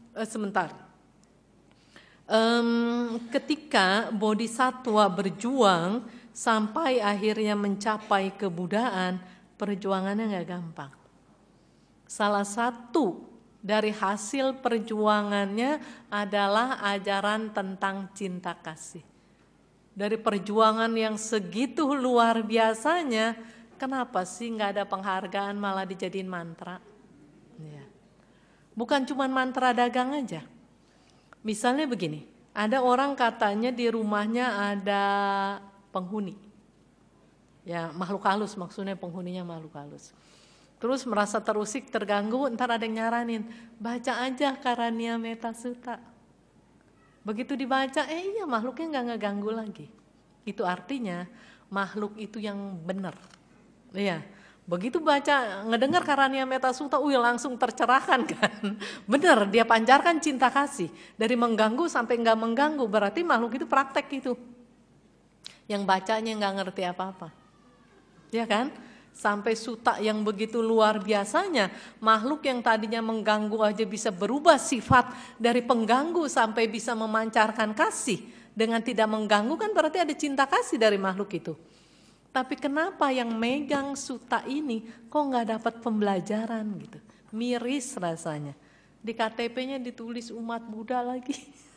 S1: ketika bodhisatwa berjuang sampai akhirnya mencapai kebudaan, perjuangannya nggak gampang. Salah satu dari hasil perjuangannya adalah ajaran tentang cinta kasih. Dari perjuangan yang segitu luar biasanya, kenapa sih nggak ada penghargaan malah dijadiin mantra? Ya. Bukan cuma mantra dagang aja. Misalnya begini, ada orang katanya di rumahnya ada penghuni. Ya, makhluk halus, maksudnya penghuninya makhluk halus. Terus merasa terusik, terganggu, ntar ada yang nyaranin, baca aja karania meta suta. Begitu dibaca, iya makhluknya nggak ngeganggu lagi. Itu artinya makhluk itu yang benar. Iya, begitu baca, ngedengar karania meta suta, langsung tercerahkan kan. Benar, dia pancarkan cinta kasih. Dari mengganggu sampai nggak mengganggu, berarti makhluk itu praktek itu. Yang bacanya nggak ngerti apa-apa. Ya kan? Sampai suta yang begitu luar biasanya, makhluk yang tadinya mengganggu aja bisa berubah sifat dari pengganggu sampai bisa memancarkan kasih. Dengan tidak mengganggu kan berarti ada cinta kasih dari makhluk itu. Tapi kenapa yang megang suta ini kok nggak dapat pembelajaran gitu? Miris rasanya. Di KTP-nya ditulis umat Buddha lagi.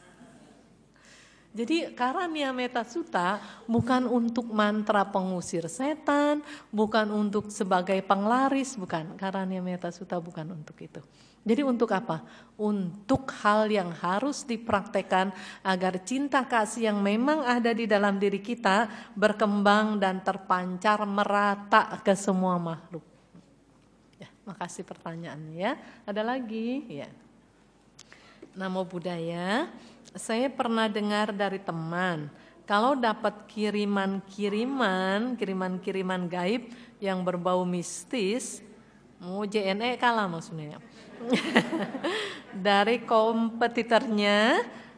S1: Jadi karania meta suta bukan untuk mantra pengusir setan, bukan untuk sebagai penglaris, bukan. Karania meta suta bukan untuk itu. Jadi untuk apa? Untuk hal yang harus dipraktekkan agar cinta kasih yang memang ada di dalam diri kita berkembang dan terpancar merata ke semua makhluk. Ya, makasih pertanyaannya ya. Ada lagi? Ya. Namo Buddhaya. Saya pernah dengar dari teman, kalau dapat kiriman gaib yang berbau mistis, mau JNE kalah maksudnya. Dari kompetitornya,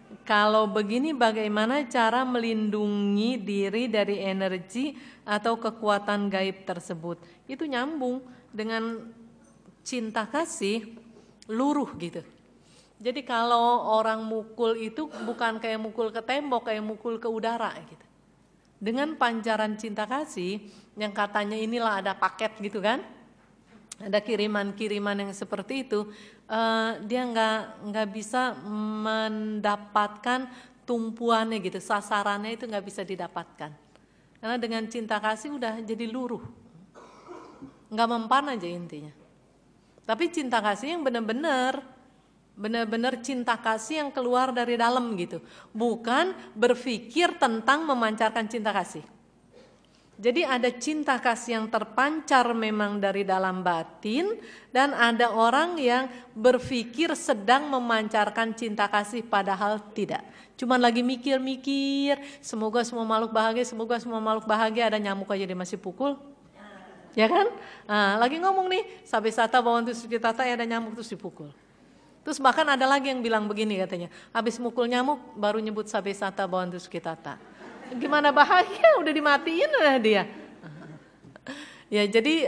S1: Kalau begini bagaimana cara melindungi diri dari energi atau kekuatan gaib tersebut? Itu nyambung dengan cinta kasih, luruh gitu. Jadi kalau orang mukul itu bukan kayak mukul ke tembok, kayak mukul ke udara gitu. Dengan pancaran cinta kasih yang katanya inilah ada paket gitu kan, ada kiriman-kiriman yang seperti itu, dia nggak bisa mendapatkan tumpuannya gitu, sasarannya itu nggak bisa didapatkan. Karena dengan cinta kasih udah jadi luruh, nggak mempan aja intinya. Tapi cinta kasih yang benar-benar cinta kasih yang keluar dari dalam gitu, bukan berpikir tentang memancarkan cinta kasih. Jadi ada cinta kasih yang terpancar memang dari dalam batin, dan ada orang yang berpikir sedang memancarkan cinta kasih padahal tidak. Cuman lagi mikir-mikir, semoga semua makhluk bahagia, semoga semua makhluk bahagia, ada nyamuk aja dia masih pukul. Ya kan? Nah, lagi ngomong nih, Sabesata Bhavantu Sukhitata, ada nyamuk terus dipukul. Terus bahkan ada lagi yang bilang begini katanya, habis mukul nyamuk baru nyebut Sabesata Bhavantu Sukhitata. Gimana bahagia, udah dimatiin lah dia. Ya jadi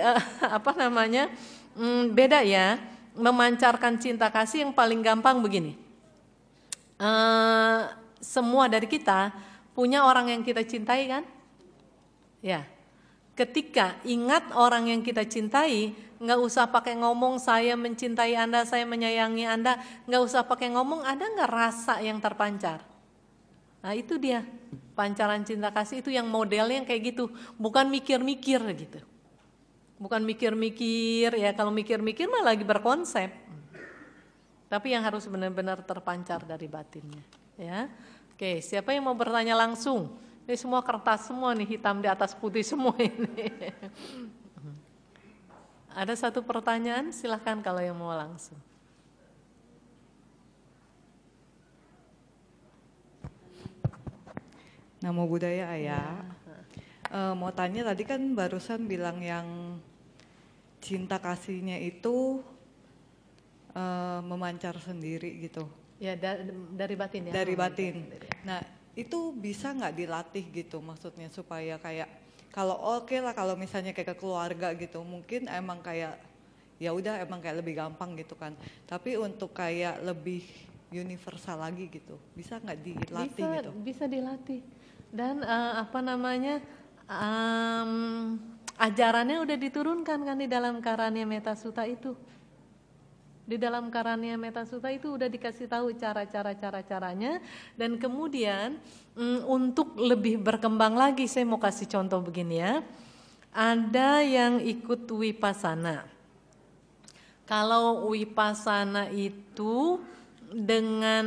S1: beda ya, memancarkan cinta kasih yang paling gampang begini. Semua dari kita punya orang yang kita cintai kan? Ya. Ketika ingat orang yang kita cintai, nggak usah pakai ngomong saya mencintai Anda, saya menyayangi Anda, nggak usah pakai ngomong, ada nggak rasa yang terpancar? Nah itu dia, pancaran cinta kasih itu yang modelnya yang kayak gitu, bukan mikir-mikir gitu. Bukan mikir-mikir, ya kalau mikir-mikir mah lagi berkonsep. Tapi yang harus benar-benar terpancar dari batinnya. Ya, oke, siapa yang mau bertanya langsung? Ini semua kertas semua nih, hitam di atas putih semua ini. Ada satu pertanyaan, silahkan kalau yang mau langsung.
S2: Namo Buddhaya Ayah. Mau tanya tadi kan barusan bilang yang cinta kasihnya itu memancar sendiri gitu.
S1: Ya dari batin ya.
S2: Dari batin. Nah itu bisa nggak dilatih gitu, maksudnya supaya kayak kalau oke lah kalau misalnya kayak ke keluarga gitu, mungkin emang kayak ya udah emang kayak lebih gampang gitu kan. Tapi untuk kayak lebih universal lagi gitu, bisa nggak dilatih gitu?
S1: Bisa dilatih. Dan ajarannya udah diturunkan kan di dalam Karania Metta Sutta itu. Di dalam Karania Metta Sutta itu udah dikasih tahu cara-caranya, dan kemudian untuk lebih berkembang lagi saya mau kasih contoh begini ya. Ada yang ikut Vipassana. Kalau Vipassana itu dengan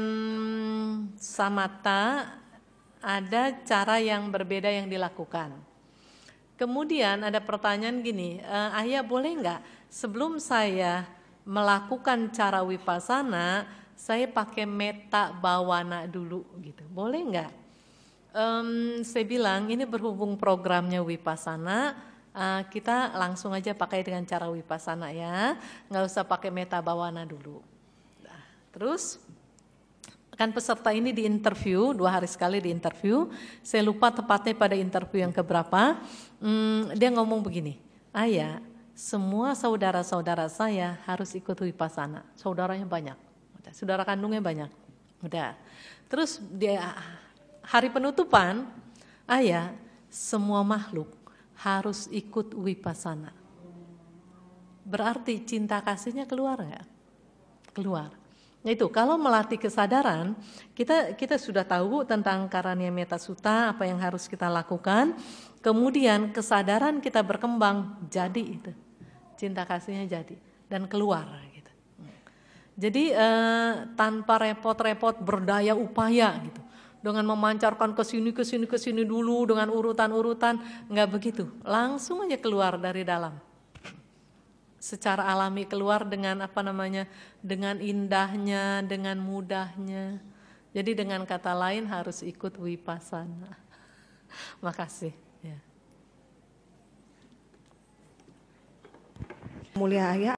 S1: samatha ada cara yang berbeda yang dilakukan. Kemudian ada pertanyaan gini, Ayah boleh nggak sebelum saya melakukan cara Vipassana, saya pakai metta bhavana dulu gitu, boleh nggak? Saya bilang ini berhubung programnya Vipassana, kita langsung aja pakai dengan cara Vipassana ya, nggak usah pakai metta bhavana dulu. Nah, terus kan peserta ini diinterview 2 hari sekali diinterview, saya lupa tepatnya pada interview yang keberapa, dia ngomong begini, Ayah, semua saudara-saudara saya harus ikut Vipassana, saudaranya banyak, saudara kandungnya banyak, udah. Terus dia hari penutupan, Ayah, semua makhluk harus ikut Vipassana. Berarti cinta kasihnya keluar nggak? Keluar. Nah itu kalau melatih kesadaran, kita sudah tahu tentang Karania Metta Sutta, apa yang harus kita lakukan. Kemudian kesadaran kita berkembang, jadi itu cinta kasihnya jadi dan keluar gitu. Jadi tanpa repot-repot berdaya upaya gitu, dengan memancarkan ke sini dulu dengan urutan-urutan, nggak begitu, langsung aja keluar dari dalam. Secara alami keluar dengan dengan indahnya, dengan mudahnya. Jadi dengan kata lain harus ikut Vipassana. Makasih. Ya.
S3: Mulia Ayah.